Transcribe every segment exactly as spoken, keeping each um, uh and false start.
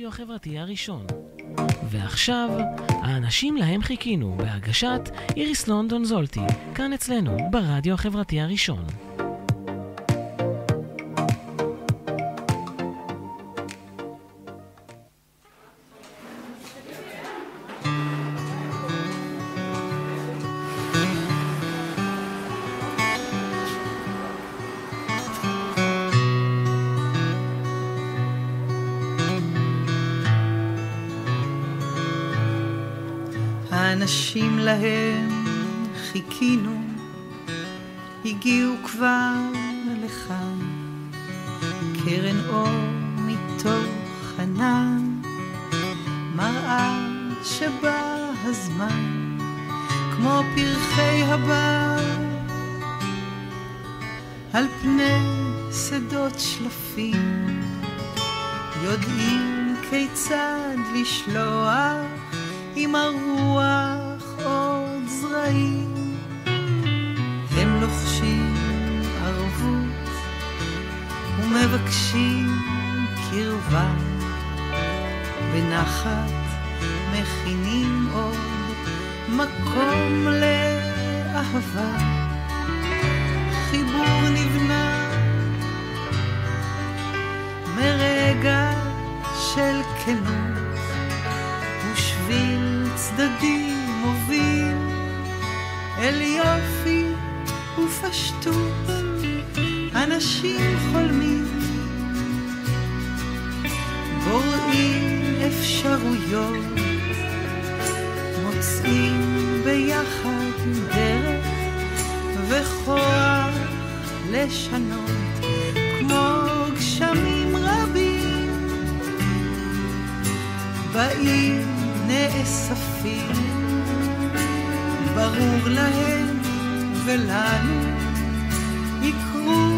החברתי הראשון. ועכשיו, האנשים להם חיכינו בהגשת איריס לונדון זולטי, כאן אצלנו ברדיו החברתי הראשון. האנשים להם חיכינו, הגיעו כבר לכאן, קרן אור מתוך ענן, מראה שבא הזמן, כמו פרחי הבר, על פני שדות שלפים, יודעים כיצד לשלוח עם הרוח עוד זרעים. הם לוחשים ערבות ומבקשים קרבה, בנחת מכינים עוד מקום לאהבה. חיבור נבנה מרגע של כנות, ושביל צדדי מוביל אל יופי ופשטות. אנשים חולמים, בוראים אפשרויות, מוצאים ביחד דרך וכוח לשנות, כמו גשמים רבים בעיר נאספים. ברור להם ולנו יקרו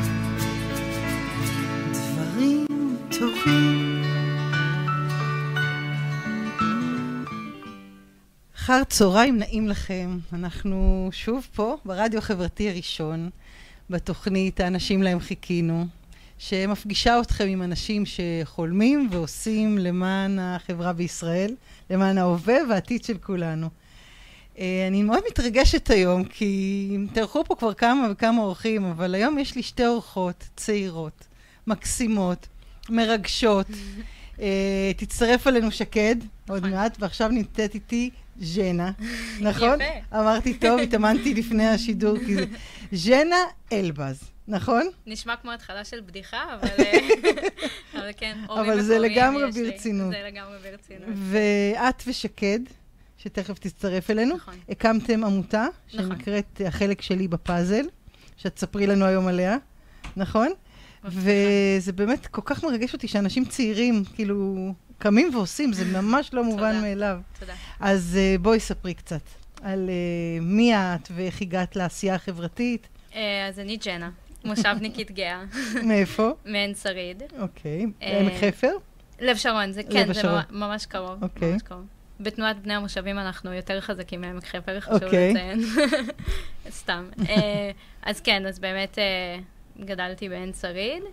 דברים טובים. אחר צהריים נעים לכם, אנחנו שוב פה ברדיו החברתי הראשון, בתוכנית האנשים להם חיכינו, שמפגישה אתכם עם אנשים שחולמים ועושים למען החברה בישראל, למען ההווה והעתיד של כולנו. אני מאוד מתרגשת היום, כי תארחו פה כבר כמה וכמה אורחים, אבל היום יש לי שתי אורחות צעירות, מקסימות, מרגשות. תצטרף עלינו שקד, עוד מעט, ועכשיו נמצאת איתי ז'נה, נכון? יפה. אמרתי טוב, התאמנתי לפני השידור, כי זה ז'נה אלבז, נכון? נשמע כמו התחלה של בדיחה, אבל אבל כן, אבל זה לגמרי ברצינות. זה לגמרי ברצינות. ואת ושקד, שתכף תצטרף אלינו, הקמתם עמותה, שנקראת החלק שלי בפאזל, שאת תספרי לנו היום עליה, נכון? וזה באמת כל כך מרגש אותי שאנשים צעירים, כאילו, קמים ועושים, זה ממש לא מובן מאליו. תודה. אז בואי ספרי קצת על מי את ואיך הגעת לעשייה החברתית. אז אני ג'נה, מושבניקית גאה. מאיפה? מעין שריד. אוקיי. עמק חפר? לב שרון, זה כן, זה ממש קרוב. אוקיי. בתנועת בני המושבים אנחנו יותר חזקים מעמק חפר, חשוב לציין. סתם. אז כן, אז באמת גדלתי בעין שריד.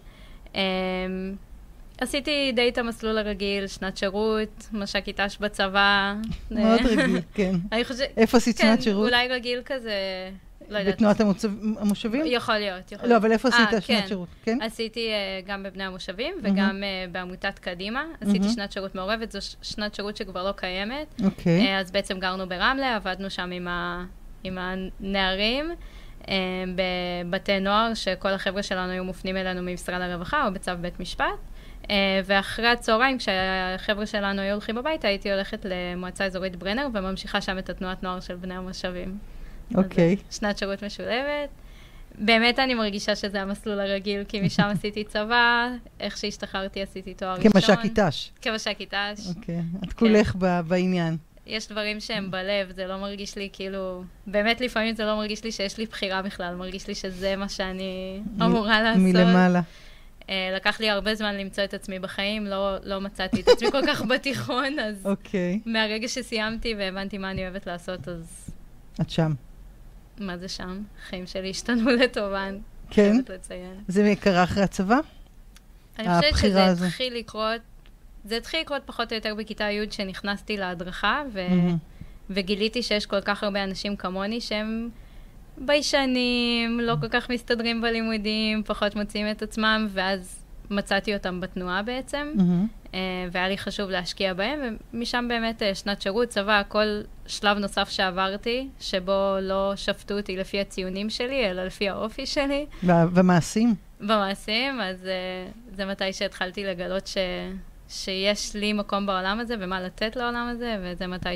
עשיתי די את המסלול הרגיל, שנת שירות, מש"קית ת"ש בצבא. מאוד רגיל, כן. איפה עשית שנת שירות? כן, אולי רגיל כזה, לא יודעת. בתנועת המושבים? יכול להיות, יכול להיות. לא, אבל איפה עשית שנת שירות? כן. עשיתי גם בבני המושבים וגם בעמותת קדימה. עשיתי שנת שירות מעורבת, זו שנת שירות שכבר לא קיימת. אז בעצם גרנו ברמלה, עבדנו שם עם הנערים. בבתי נוער, שכל החבר'ה שלנו היו מופנים אלינו ממשרד הרווחה או בצו בית משפט. ואחרי הצהריים, כשהחבר'ה שלנו היו הולכים הביתה, הייתי הולכת למועצה אזורית ברנר, וממשיכה שם את התנועת נוער של בני המושבים. אוקיי. שנת שירות משולבת. באמת אני מרגישה שזה המסלול הרגיל, כי משם עשיתי צבא, איך שהשתחררתי עשיתי תואר ראשון. כמש"קית ת"ש. כמש"קית ת"ש. אוקיי. את כולך בעניין. יש דברים שהם בלב, זה לא מרגיש לי כאילו, באמת לפעמים זה לא מרגיש לי שיש לי בחירה בכלל, מרגיש לי שזה מה שאני אמורה לעשות. מלמעלה. לקח לי הרבה זמן למצוא את עצמי בחיים, לא, לא מצאתי את עצמי כל כך בתיכון, אז אוקיי. מהרגע שסיימתי והבנתי מה אני אוהבת לעשות, אז... את שם. מה זה שם? החיים שלי השתנו לטובן. כן? זה קרה אחרי הצבא? אני חושבת שזה התחיל לקרות זה התחיל לקרות פחות או יותר בכיתה י' שנכנסתי להדרכה, ו... mm-hmm. וגיליתי שיש כל כך הרבה אנשים כמוני שהם ביישנים, לא כל כך מסתדרים בלימודים, פחות מוצאים את עצמם, ואז מצאתי אותם בתנועה בעצם, mm-hmm. והיה לי חשוב להשקיע בהם, ומשם באמת שנת שירות, צבא, כל שלב נוסף שעברתי, שבו לא שפטו אותי לפי הציונים שלי, אלא לפי האופי שלי. ומעשים? במעשים, אז זה מתי שהתחלתי לגלות ש... שיש לי מקום בעולם הזה, ומה לתת לעולם הזה, וזה מתי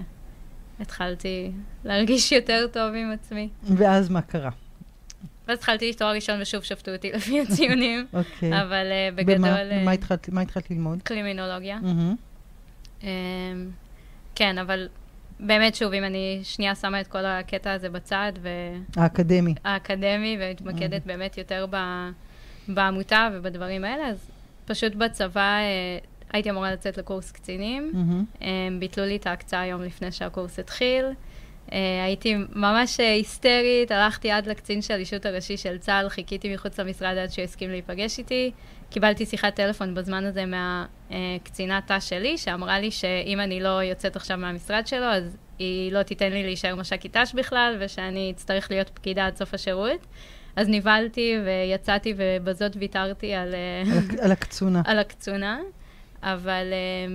שהתחלתי להרגיש יותר טוב עם עצמי. ואז מה קרה? ואז התחלתי תואר ראשון, ושוב שפטו אותי לפי הציונים. אוקיי. אבל uh, בגדול... במה התחלת, מה התחלת ללמוד? קרימינולוגיה. Mm-hmm. Um, כן, אבל באמת שוב, אם אני שנייה שמה את כל הקטע הזה בצד, ו... האקדמי. האקדמי, ומתמקדת mm-hmm. באמת יותר ב... בעמותה ובדברים האלה, אז פשוט בצבא uh, הייתי אמורה לצאת לקורס קצינים. Mm-hmm. Um, ביטלו לי את ההקצאה היום לפני שהקורס התחיל. Uh, הייתי ממש היסטרית, הלכתי עד לקצין של אישות הראשי של צה"ל, חיכיתי מחוץ למשרד עד שהוא הסכים להיפגש איתי. קיבלתי שיחת טלפון בזמן הזה מהקצינה תא שלי, שאמרה לי שאם אני לא יוצאת עכשיו מהמשרד שלו, אז היא לא תיתן לי להישאר מש"קית ת"ש בכלל, ושאני אצטרך להיות פקידה עד סוף השירות. אז נבלתי ויצאתי ובזאת ויתרתי על... על הקצונה. על הקצונה, אבל...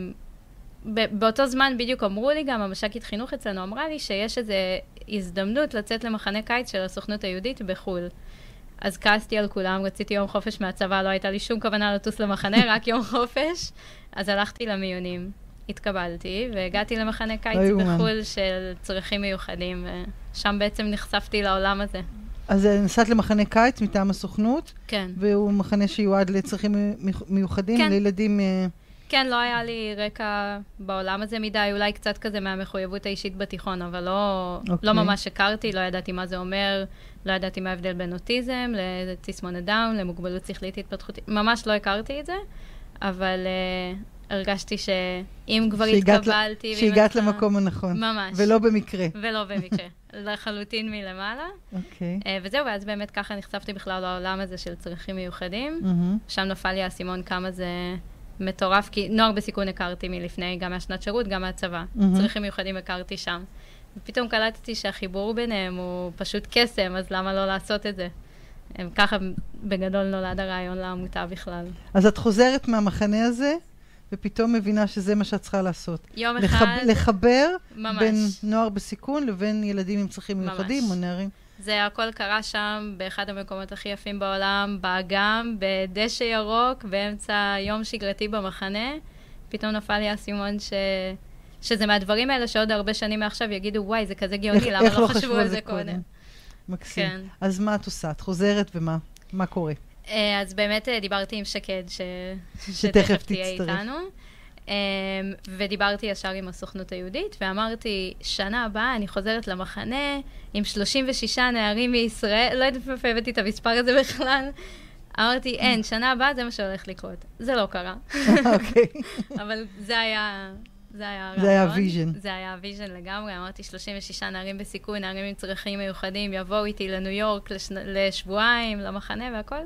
באותו זמן בדיוק אמרו לי גם, המש"קית חינוך אצלנו אמרה לי שיש איזו הזדמנות לצאת למחנה קיץ של הסוכנות היהודית בחו"ל. אז כעסתי על כולם, רציתי יום חופש מהצבא, לא הייתה לי שום כוונה לטוס למחנה, רק יום חופש. אז הלכתי למיונים, התקבלתי, והגעתי למחנה קיץ בחו"ל של צרכים מיוחדים, ושם בעצם נחשפתי לעולם הזה. אז נסעת למחנה קיץ מטעם הסוכנות? כן. והוא מחנה שיועד לצרכים מיוחדים, כן. לילדים... כן, לא היה לי רקע בעולם הזה מדי, אולי קצת כזה מהמחויבות האישית בתיכון, אבל לא, okay. לא ממש הכרתי, לא ידעתי מה זה אומר, לא ידעתי מה ההבדל בין אוטיזם, לתסמונת דאון, למוגבלות שכלית התפתחותית, ממש לא הכרתי את זה, אבל uh, הרגשתי שאם כבר התקבלתי... שהגעת למקום הנכון. ממש. ולא במקרה. ולא במקרה. לחלוטין מלמעלה. אוקיי. Okay. Uh, וזהו, ואז באמת ככה נחשפתי בכלל לעולם הזה של צרכים מיוחדים. Mm-hmm. שם נפל לי האסימון כמה זה... מטורף, כי נוער בסיכון הכרתי מלפני, גם מהשנת שירות, גם מהצבא. Mm-hmm. צרכים מיוחדים הכרתי שם. ופתאום קלטתי שהחיבור ביניהם הוא פשוט קסם, אז למה לא לעשות את זה? הם ככה בגדול נולד הרעיון לעמותה בכלל. אז את חוזרת מהמחנה הזה, ופתאום מבינה שזה מה שאת צריכה לעשות. יום לחב... אחד... לחבר ממש. בין נוער בסיכון לבין ילדים עם צרכים מיוחדים או נערים. זה הכל קרה שם, באחד המקומות הכי יפים בעולם, באגם, בדשא ירוק, באמצע יום שגרתי במחנה. פתאום נפל לי הסימון ש... שזה מהדברים האלה שעוד הרבה שנים מעכשיו יגידו, וואי, זה כזה גאוני, למה לא, לא חשבו על זה קודם? קודם? מקסים. כן. אז מה את עושה? את חוזרת ומה? מה קורה? אז באמת דיברתי עם שקד, ש... שתכף תהיה איתנו. ודיברתי ישר עם הסוכנות היהודית, ואמרתי, שנה הבאה אני חוזרת למחנה עם שלושים ושישה נערים מישראל, לא יודעת איפה הבאתי את המספר הזה בכלל, אמרתי, אין, שנה הבאה זה מה שהולך לקרות. זה לא קרה. אוקיי. אבל זה היה... זה היה זה היה ויז'ן. זה היה ויז'ן לגמרי. אמרתי, שלושים ושישה נערים בסיכון, נערים עם צרכים מיוחדים, יבואו איתי לניו יורק לשבועיים, למחנה והכל.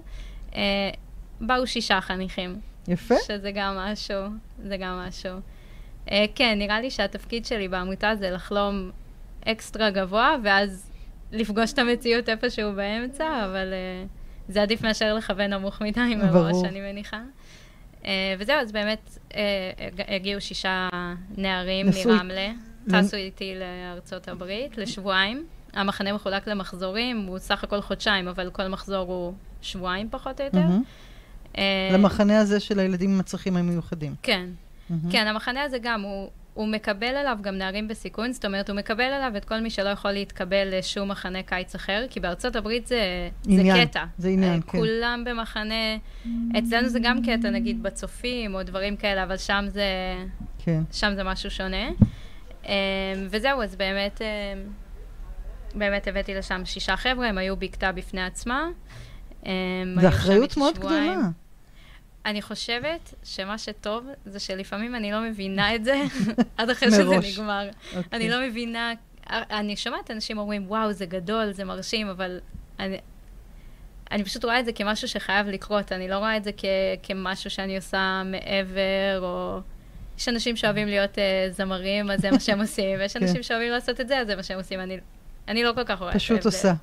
באו שישה חניכים. יפה. שזה גם משהו, זה גם משהו. Uh, כן, נראה לי שהתפקיד שלי בעמותה זה לחלום אקסטרה גבוה, ואז לפגוש את המציאות איפשהו באמצע, אבל uh, זה עדיף מאשר לכוון נמוך מדי מראש, אני מניחה. Uh, וזהו, אז באמת uh, הגיעו שישה נערים נשוי... מרמלה, טסו איתי לארצות הברית, לשבועיים. המחנה מחולק למחזורים, הוא סך הכל חודשיים, אבל כל מחזור הוא שבועיים פחות או יותר. Mm-hmm. למחנה הזה של הילדים עם הצרכים המיוחדים. כן. Mm-hmm. כן, המחנה הזה גם, הוא, הוא מקבל אליו גם נערים בסיכון, זאת אומרת, הוא מקבל אליו את כל מי שלא יכול להתקבל לשום מחנה קיץ אחר, כי בארצות הברית זה, עניין, זה קטע. זה עניין, כן. כולם במחנה, אצלנו זה גם קטע, נגיד, בצופים או דברים כאלה, אבל שם זה, כן. שם זה משהו שונה. וזהו, אז באמת, באמת הבאתי לשם שישה חבר'ה, הם היו בקטע בפני עצמה. זה אחריות מאוד גדולה. אני חושבת שמה שטוב זה שלפעמים אני לא מבינה את זה עד אחרי שזה נגמר. אני לא מבינה, אני שומעת אנשים אומרים, וואו, זה גדול, זה מרשים, אבל אני, אני פשוט רואה את זה כמשהו שחייב לקרות, אני לא רואה את זה כ- כמשהו שאני עושה מעבר, או... יש אנשים שאוהבים להיות uh, זמרים, אז זה מה שהם עושים, ויש אנשים שאוהבים לעשות את זה, אז זה מה שהם עושים. אני, אני לא כל כך רואה את זה. פשוט עושה.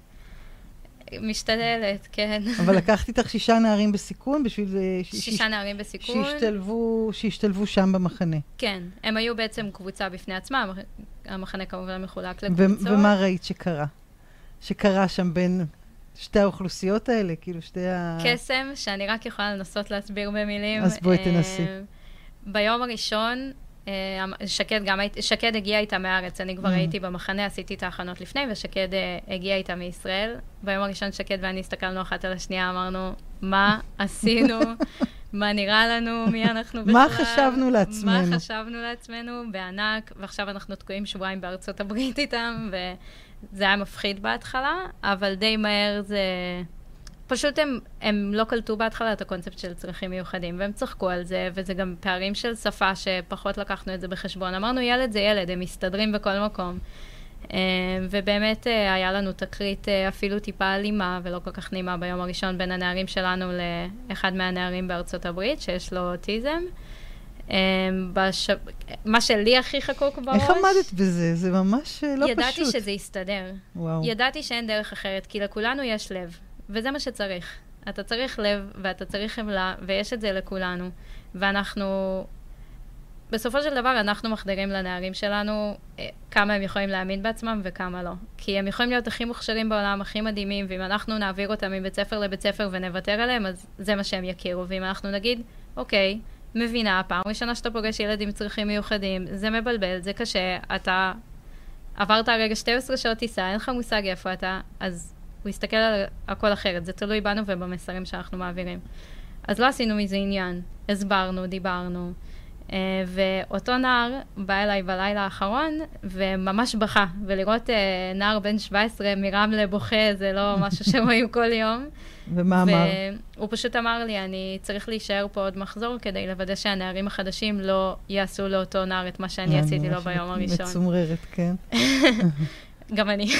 משתדלת, כן. אבל לקחתי איתך שישה נערים בסיכון, בשביל... ש- שישה ש- נערים בסיכון. שהשתלבו, שהשתלבו שם במחנה. כן, הם היו בעצם קבוצה בפני עצמם, המחנה כמובן מחולק לקבוצות. ו- ומה ראית שקרה? שקרה שם בין שתי האוכלוסיות האלה, כאילו שתי ה... קסם, שאני רק יכולה לנסות להסביר במילים. אז בואי תנסי. ביום הראשון, שקד גם, שקד הגיעה איתה מארץ, אני כבר הייתי במחנה, עשיתי את ההכנות לפני, ושקד הגיעה איתה מישראל. ביום הראשון שקד ואני הסתכלנו אחת על השנייה, אמרנו, מה עשינו? מה נראה לנו? מי אנחנו בכלל? מה חשבנו לעצמנו? מה חשבנו לעצמנו? בענק, ועכשיו אנחנו תקועים שבועיים בארצות הברית איתם, וזה היה מפחיד בהתחלה, אבל די מהר זה... פשוט הם, הם לא קלטו בהתחלה את הקונספט של צרכים מיוחדים, והם צחקו על זה, וזה גם פערים של שפה שפחות לקחנו את זה בחשבון. אמרנו, ילד זה ילד, הם מסתדרים בכל מקום. ובאמת היה לנו תקרית אפילו טיפה אלימה, ולא כל כך נעימה ביום הראשון, בין הנערים שלנו לאחד מהנערים בארצות הברית, שיש לו אוטיזם. בש... מה שלי הכי חקוק בראש... איך עמדת בזה? זה ממש לא ידעתי פשוט. ידעתי שזה יסתדר. וואו. ידעתי שאין דרך אחרת, כי לכולנו יש לב. וזה מה שצריך. אתה צריך לב, ואתה צריך חמלה, ויש את זה לכולנו. ואנחנו, בסופו של דבר, אנחנו מחדירים לנערים שלנו כמה הם יכולים להאמין בעצמם וכמה לא. כי הם יכולים להיות הכי מוכשרים בעולם, הכי מדהימים, ואם אנחנו נעביר אותם מבית ספר לבית ספר ונוותר עליהם, אז זה מה שהם יכירו. ואם אנחנו נגיד, אוקיי, מבינה, פעם ראשונה שאתה פוגש ילד עם צרכים מיוחדים, זה מבלבל, זה קשה, אתה עברת הרגע שתים עשרה שעות טיסה, אין לך מושג איפה אתה, אז הוא יסתכל על הכל אחרת, זה תלוי בנו ובמסרים שאנחנו מעבירים. אז לא עשינו מזה עניין, הסברנו, דיברנו, ואותו נער בא אליי בלילה האחרון, וממש בכה, ולראות נער בן שבע עשרה מרמלה בוכה, זה לא משהו שרואים כל יום. ומה אמר? והוא פשוט אמר לי, אני צריך להישאר פה עוד מחזור, כדי לוודא שהנערים החדשים לא יעשו לאותו נער את מה שאני עשיתי לו ביום הראשון. מצומררת, כן. גם אני.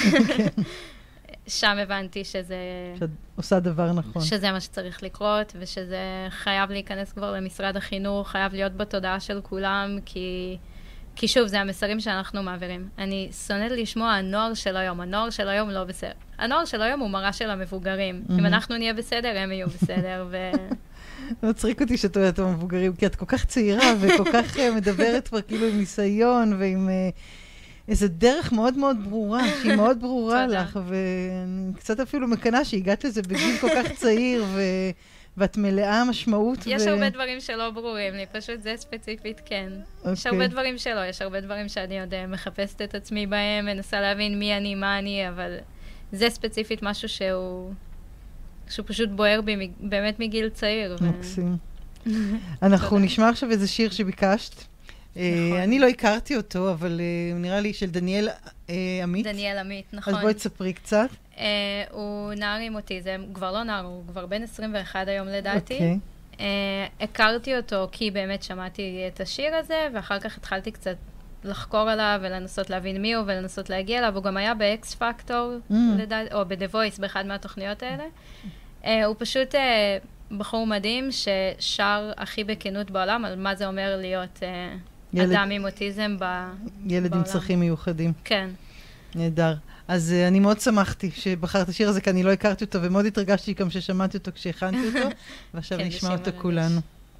שם הבנתי שזה... שאת עושה דבר נכון. שזה מה שצריך לקרות, ושזה חייב להיכנס כבר למשרד החינוך, חייב להיות בתודעה של כולם, כי, כי שוב, זה המסרים שאנחנו מעבירים. אני שונאת לשמוע הנוער של היום. הנוער של היום לא בסדר. הנוער של היום הוא מראה של המבוגרים. אם אנחנו נהיה בסדר, הם יהיו בסדר, ו... מצחיק אותי שאת אומרת המבוגרים, כי את כל כך צעירה, וכל כך מדברת כבר כאילו עם ניסיון, ועם... איזו דרך מאוד מאוד ברורה, שהיא מאוד ברורה לך, ואני קצת אפילו מקנה שהגעת לזה בגיל כל כך צעיר, ו... ואת מלאה משמעות. יש ו... הרבה דברים שלא ברורים לי, פשוט זה ספציפית כן. Okay. יש הרבה דברים שלא, יש הרבה דברים שאני עוד מחפשת את עצמי בהם, מנסה להבין מי אני, מה אני, אבל זה ספציפית משהו שהוא, שהוא פשוט בוער בי באמת מגיל צעיר. מקסים. ו... אנחנו נשמע עכשיו איזה שיר שביקשת. נכון. אני לא הכרתי אותו, אבל הוא נראה לי של דניאל עמית. דניאל עמית, נכון. אז בואי תספרי קצת. הוא נער עם אוטיזם, כבר לא נער, הוא כבר בן עשרים ואחת היום לדעתי. הכרתי אותו כי באמת שמעתי את השיר הזה, ואחר כך התחלתי קצת לחקור עליו ולנסות להבין מי הוא ולנסות להגיע אליו. הוא גם היה באקס פקטור, או ב-The Voice, באחד מהתוכניות האלה. הוא פשוט... בחור מדהים ששר הכי בכנות בעולם על מה זה אומר להיות uh, אדם עם אוטיזם ב- ילד בעולם. עם צרכים מיוחדים. כן. נהדר. אז uh, אני מאוד שמחתי שבחרת השיר הזה, כי אני לא הכרתי אותו, ומאוד התרגשתי גם ששמעתי אותו כשהכנתי אותו, ועכשיו כן, נשמע אותו כולנו.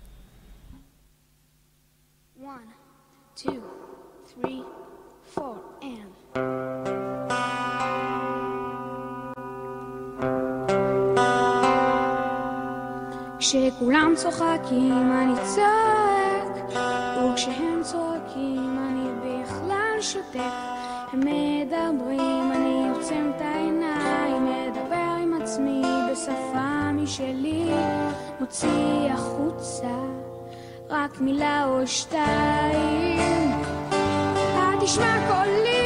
one, two, three, four, and... כשכולם צוחקים אני צועק, וכשהם צועקים אני בכלל שותק. הם מדברים, אני עוצם את העיניים, מדבר עם עצמי בשפה משלי, מוציא החוצה רק מילה או שתיים. אתה תשמע קולי,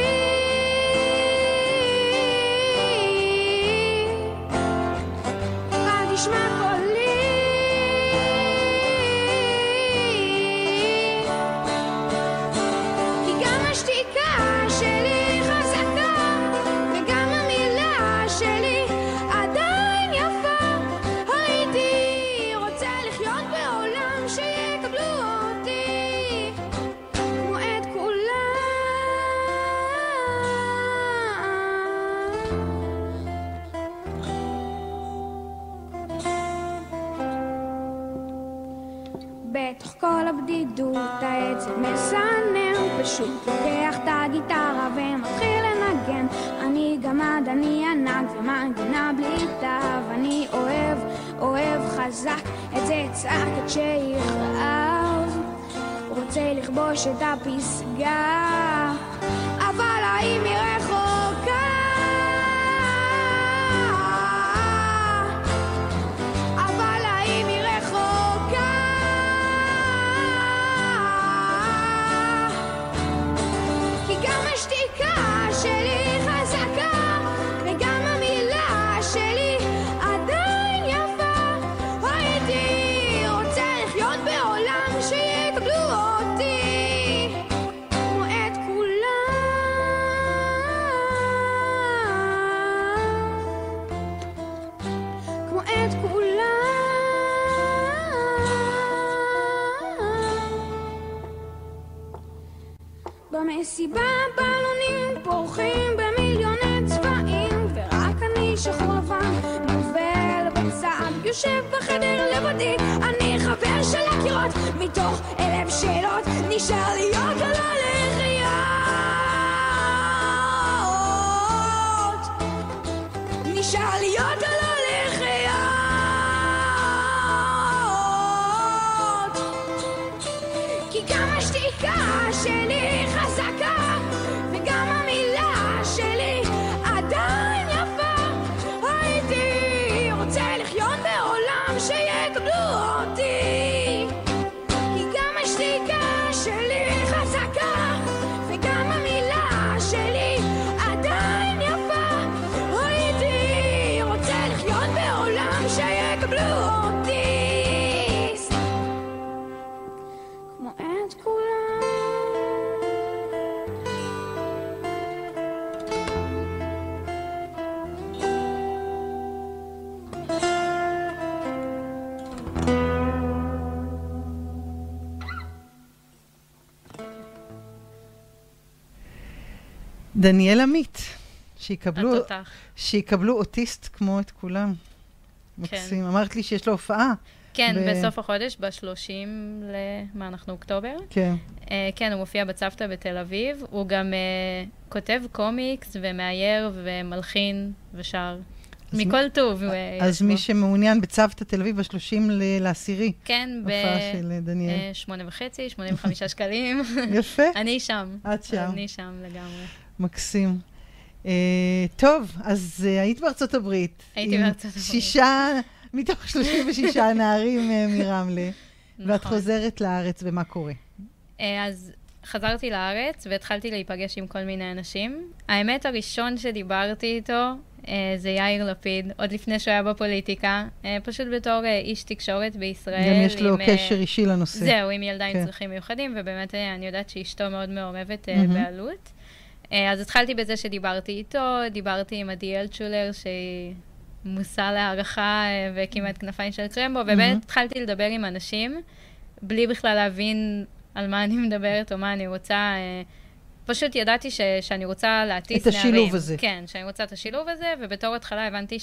אתה תשמע קולי, שלי חזקה, וגם המילה שלי עדיין יפה. בבדידות העצב מסנן, פשוט לוקח את הגיטרה ומתחיל לנגן. אני גמד, אני ענק ומנגנה בלי תו. אני אוהב, אוהב חזק, את זה צעק את שיכאב. רוצה לכבוש את הפסגה, אבל האם היא רחוקה? אבל האם היא רחוקה? כי גם השתיקה שלי חזקה, וגם המילה שלי עדיין יפה. הייתי רוצה לחיות בעולם שיקבלו אותי כמו את כולם, כמו את כולם. במסיבה בלונים פורחים במיליוני צבעים, ורק אני שחור לבן נובל בצד, יושב בחדר לבדי. אני חבר של הקירות, מתוך אלף שאלות נשאר להיות או לא לחיות. נשאר להיות או לא לחיות. כי גם השתיקה שלי חזקה, וגם המילה שלי עדיין יפה. הייתי רוצה לחיות בעולם שיקבלו אותי, כי גם השתיקה שלי חזקה, וגם המילה שלי עדיין יפה. הייתי רוצה לחיות בעולם שיקבלו אותי כמו את כולם. דניאל עמית, שיקבלו, התותח. שיקבלו אוטיסט כמו את כולם. מקסים. אמרת לי שיש לו הופעה. כן, ב- בסוף החודש, ב-שלושים למה אנחנו, אוקטובר. כן. אה, כן, הוא מופיע בצוותא בתל אביב. הוא גם אה, כותב קומיקס ומאייר ומלחין ושר. אז מכל טוב. אה, אז יש מי בו. שמעוניין בצוותא תל אביב בשלושים ל- לעשירי, כן, הופעה של דניאל. אה, שמונה וחצי, שמונים וחמישה שקלים. יפה. אני שם. את שם. אני שם לגמרי. מקסים. Uh, טוב, אז uh, היית בארצות הברית. הייתי עם בארצות הברית. שישה, מתוך שלושים ושישה נערים uh, מרמלה. ואת נכון. חוזרת לארץ, ומה קורה? אה, אז חזרתי לארץ והתחלתי להיפגש עם כל מיני אנשים. האמת הראשון שדיברתי איתו אה, זה יאיר לפיד, עוד לפני שהוא היה בפוליטיקה, אה, פשוט בתור אה, איש תקשורת בישראל. גם יש לו עם, אה, קשר אישי לנושא. זהו, עם ילדה כן. עם צרכים מיוחדים, ובאמת אה, אני יודעת שאשתו מאוד מעורבת אה, מהמם. בעלות. אה, אז התחלתי בזה שדיברתי איתו, דיברתי עם עדי אלטשולר, שהיא מושא להערכה אה, והקימה את כנפיים של קרמבו, ובאמת מהמם. התחלתי לדבר עם אנשים, בלי בכלל להבין על מה אני מדברת או מה אני רוצה. אה, פשוט ידעתי ש, שאני רוצה להטיס את נערים. השילוב הזה. כן, שאני רוצה את השילוב הזה, ובתור התחלה הבנתי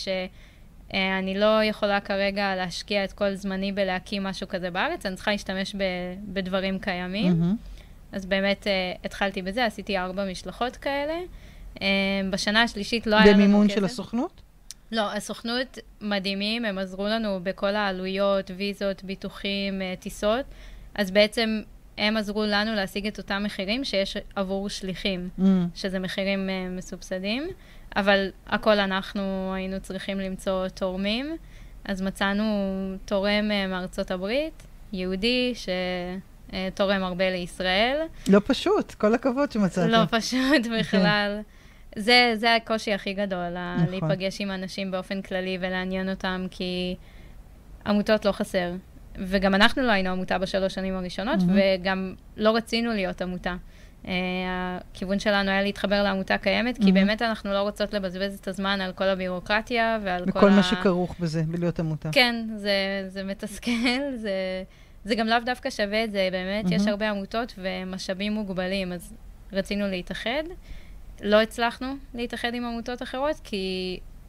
שאני לא יכולה כרגע להשקיע את כל זמני בלהקים משהו כזה בארץ, אני צריכה להשתמש ב, בדברים קיימים. מהמם. אז באמת uh, התחלתי בזה, עשיתי ארבע משלחות כאלה. Uh, בשנה השלישית לא היה לנו כסף. במימון של הסוכנות? לא, הסוכנות מדהימים, הם עזרו לנו בכל העלויות, ויזות, ביטוחים, uh, טיסות. אז בעצם הם עזרו לנו להשיג את אותם מחירים שיש עבור שליחים, Mm. שזה מחירים uh, מסובסדים. אבל הכל אנחנו היינו צריכים למצוא תורמים. אז מצאנו תורם uh, מארצות הברית, יהודי, ש... תורם הרבה לישראל. לא פשוט, כל הכבוד שמצאתם. לא פשוט בכלל. זה, זה הקושי הכי גדול, נכון. להיפגש עם אנשים באופן כללי ולעניין אותם, כי עמותות לא חסר. וגם אנחנו לא היינו עמותה בשלוש שנים הראשונות, Mhm. וגם לא רצינו להיות עמותה. Uh, הכיוון שלנו היה להתחבר לעמותה קיימת, כי Mhm. באמת אנחנו לא רוצות לבזבז את הזמן על כל הבירוקרטיה ועל כל וכל ה... מה שכרוך בזה, בלהיות עמותה. כן, זה, זה מתסכל, זה, זה גם לאו דווקא שווה את זה, באמת, Mhm. יש הרבה עמותות ומשאבים מוגבלים, אז רצינו להתאחד. לא הצלחנו להתאחד עם עמותות אחרות, כי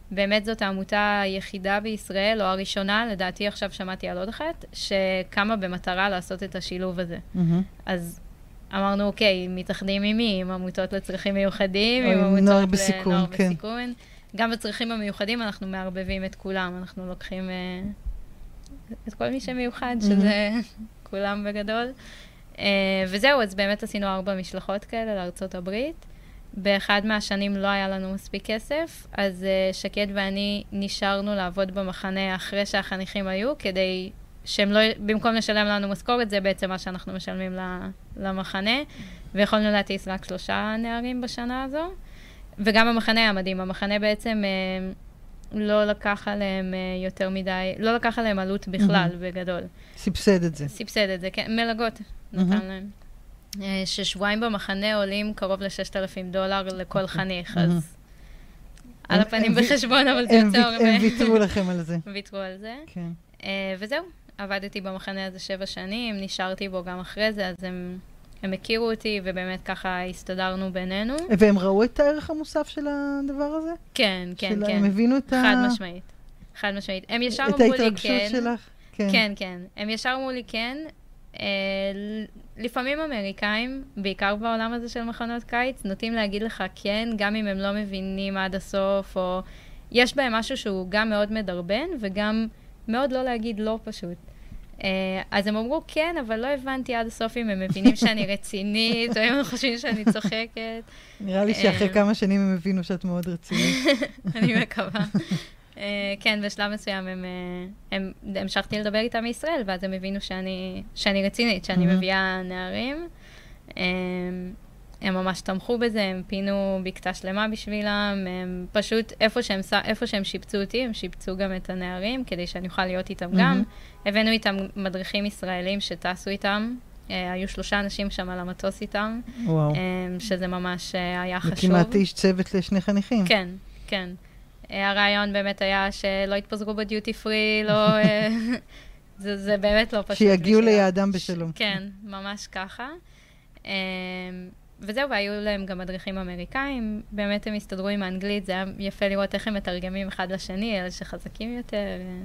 באמת זאת העמותה היחידה בישראל, או הראשונה, לדעתי עכשיו שמעתי על עוד אחת, שקמה במטרה לעשות את השילוב הזה. Mm-hmm. אז אמרנו, אוקיי, מתאחדים עם מי? עם עמותות לצרכים מיוחדים, עם עמותות לנוער בסיכון, לנוער כן. בסיכון. גם בצרכים המיוחדים אנחנו מערבבים את כולם, אנחנו לוקחים אה, את כל מי שמיוחד, mm-hmm. שזה כולם בגדול. אה, וזהו, אז באמת עשינו ארבע משלחות כאלה לארצות הברית. באחד מהשנים לא היה לנו מספיק כסף, אז uh, שקד ואני נשארנו לעבוד במחנה אחרי שהחניכים היו, כדי שהם לא, במקום לשלם לנו משכורת, זה בעצם מה שאנחנו משלמים למחנה, ויכולנו להטיס רק שלושה נערים בשנה הזו. וגם המחנה היה מדהים, המחנה בעצם uh, לא לקח עליהם uh, יותר מדי, לא לקח עליהם עלות בכלל, mm-hmm. בגדול. סבסד את זה. סבסד את זה, כן, מלגות נתן mm-hmm. להם. ששבועיים במחנה עולים קרוב ל-ששת אלפים דולר לכל חניך, אז על הפנים בחשבון, אבל זה יוצא הרבה. הם ויתרו לכם על זה. ויתרו על זה. וזהו, עבדתי במחנה הזה שבע שנים, נשארתי בו גם אחרי זה, אז הם הכירו אותי, ובאמת ככה הסתדרנו בינינו. והם ראו את הערך המוסף של הדבר הזה? כן, כן, כן. הם הבינו את ה... חד משמעית. חד משמעית. הם ישר אמרו לי כן. את ההתרגשות שלך? כן, כן. הם ישר אמרו לי כן. לפעמים אמריקאים, בעיקר בעולם הזה של מחנות קיץ, נוטים להגיד לך כן, גם אם הם לא מבינים עד הסוף, או יש בהם משהו שהוא גם מאוד מדרבן, וגם מאוד לא להגיד לא פשוט. אז הם אמרו כן, אבל לא הבנתי עד הסוף אם הם מבינים שאני רצינית, או אם הם חושבים שאני צוחקת. נראה לי שאחרי כמה שנים הם הבינו שאת מאוד רצינית. אני מקווה. כן, בשלב מסוים הם, הם, המשכתי לדבר איתם מישראל, ואז הם הבינו שאני, שאני רצינית, שאני מביאה נערים. הם ממש תמכו בזה, הם פינו בקתה שלמה בשבילם, הם פשוט, איפה שהם, איפה שהם שיפצו אותי, הם שיפצו גם את הנערים, כדי שאני אוכל להיות איתם גם. הבאנו איתם מדריכים ישראלים שטסו איתם, היו שלושה אנשים שם על המטוס איתם, שזה ממש היה חשוב. וכמעט איש צוות לשני חניכים. כן, כן. הרעיון באמת היה שלא יתפזרו בדיוטי פרי, לא... זה, זה באמת לא פשוט. שיגיעו ליעדם בשלום. כן, ממש ככה. וזהו, והיו להם גם מדריכים אמריקאים, באמת הם הסתדרו עם האנגלית, זה היה יפה לראות איך הם מתרגמים אחד לשני, אלה שחזקים יותר.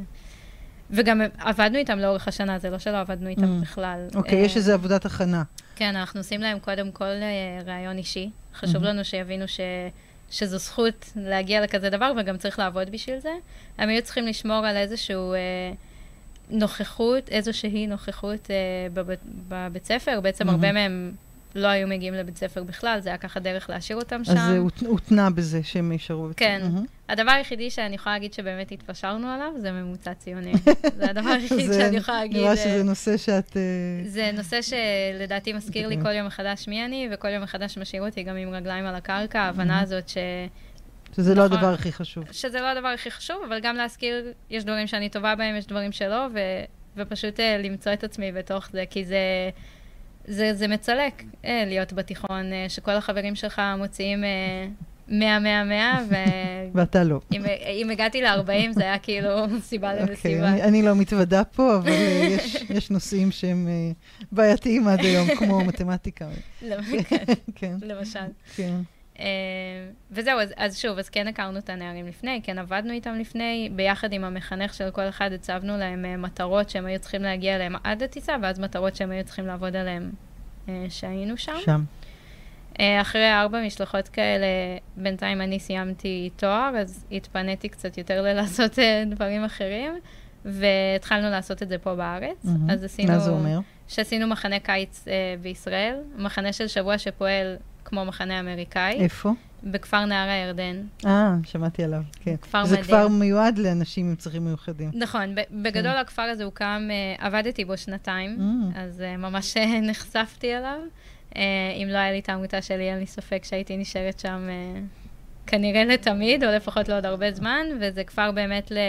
וגם עבדנו איתם לאורך השנה, זה לא שלא עבדנו איתם בכלל. אוקיי, יש איזו עבודת הכנה. כן, אנחנו עושים להם קודם כל רעיון אישי. חשוב לנו שיבינו ש... שזו זכות להגיע לכזה דבר, וגם צריך לעבוד בשביל זה. הם היו צריכים לשמור על איזשהו אה, נוכחות, איזושהי נוכחות אה, בב, בבית ספר. בעצם mm-hmm. הרבה מהם לא היו מגיעים לבית ספר בכלל, זה היה ככה דרך להשאיר אותם שם. אז זה הותנה בזה שהם יישארו. כן. Mm-hmm. הדבר היחידי שאני יכולה להגיד שבאמת התפשרנו עליו, זה ממוצע ציוני. זה הדבר היחיד שאני יכולה להגיד. נראה שזה נושא שאת... זה נושא שלדעתי מזכיר לי כל יום מחדש מי אני, וכל יום מחדש משאיר אותי גם עם רגליים על הקרקע, ההבנה הזאת ש... שזה לא הדבר הכי חשוב. שזה לא הדבר הכי חשוב, אבל גם להזכיר, יש דברים שאני טובה בהם, יש דברים שלא, ופשוט למצוא את עצמי בתוך זה, כי זה... זה, זה מצלק, אה, להיות בתיכון, אה, שכל החברים שלך מוציאים אה, מאה, מאה, מאה, ו... ואתה לא. אם, אם הגעתי ל-ארבעים, זה היה כאילו סיבה למסיבה. אני, אני לא מתוודה פה, אבל יש, יש נושאים שהם אה, בעייתיים עד היום, כמו מתמטיקה. כן, למשל. כן. Uh, וזהו, אז, אז שוב, אז כן הכרנו את הנערים לפני, כן עבדנו איתם לפני, ביחד עם המחנך של כל אחד הצבנו להם uh, מטרות שהם היו צריכים להגיע אליהם עד הטיסה, ואז מטרות שהם היו צריכים לעבוד עליהם uh, שהיינו שם. שם. Uh, אחרי ארבע משלחות כאלה, בינתיים אני סיימתי תואר, אז התפניתי קצת יותר ללעשות uh, דברים אחרים, והתחלנו לעשות את זה פה בארץ. Mm-hmm. אז עשינו... מה זה אומר? שעשינו מחנה קיץ uh, בישראל, מחנה של שבוע שפועל כמו מחנה אמריקאי. איפה? בכפר נהר הירדן. אה, שמעתי עליו, כן. כפר זה מדהים. כפר מיועד לאנשים עם צרכים מיוחדים. נכון, בגדול הכפר הזה הוקם, עבדתי בו שנתיים, אז ממש נחשפתי אליו. אם לא היה לי את העמותה שלי, אין לי ספק שהייתי נשארת שם כנראה לתמיד, או לפחות לעוד הרבה זמן, וזה כפר באמת ל...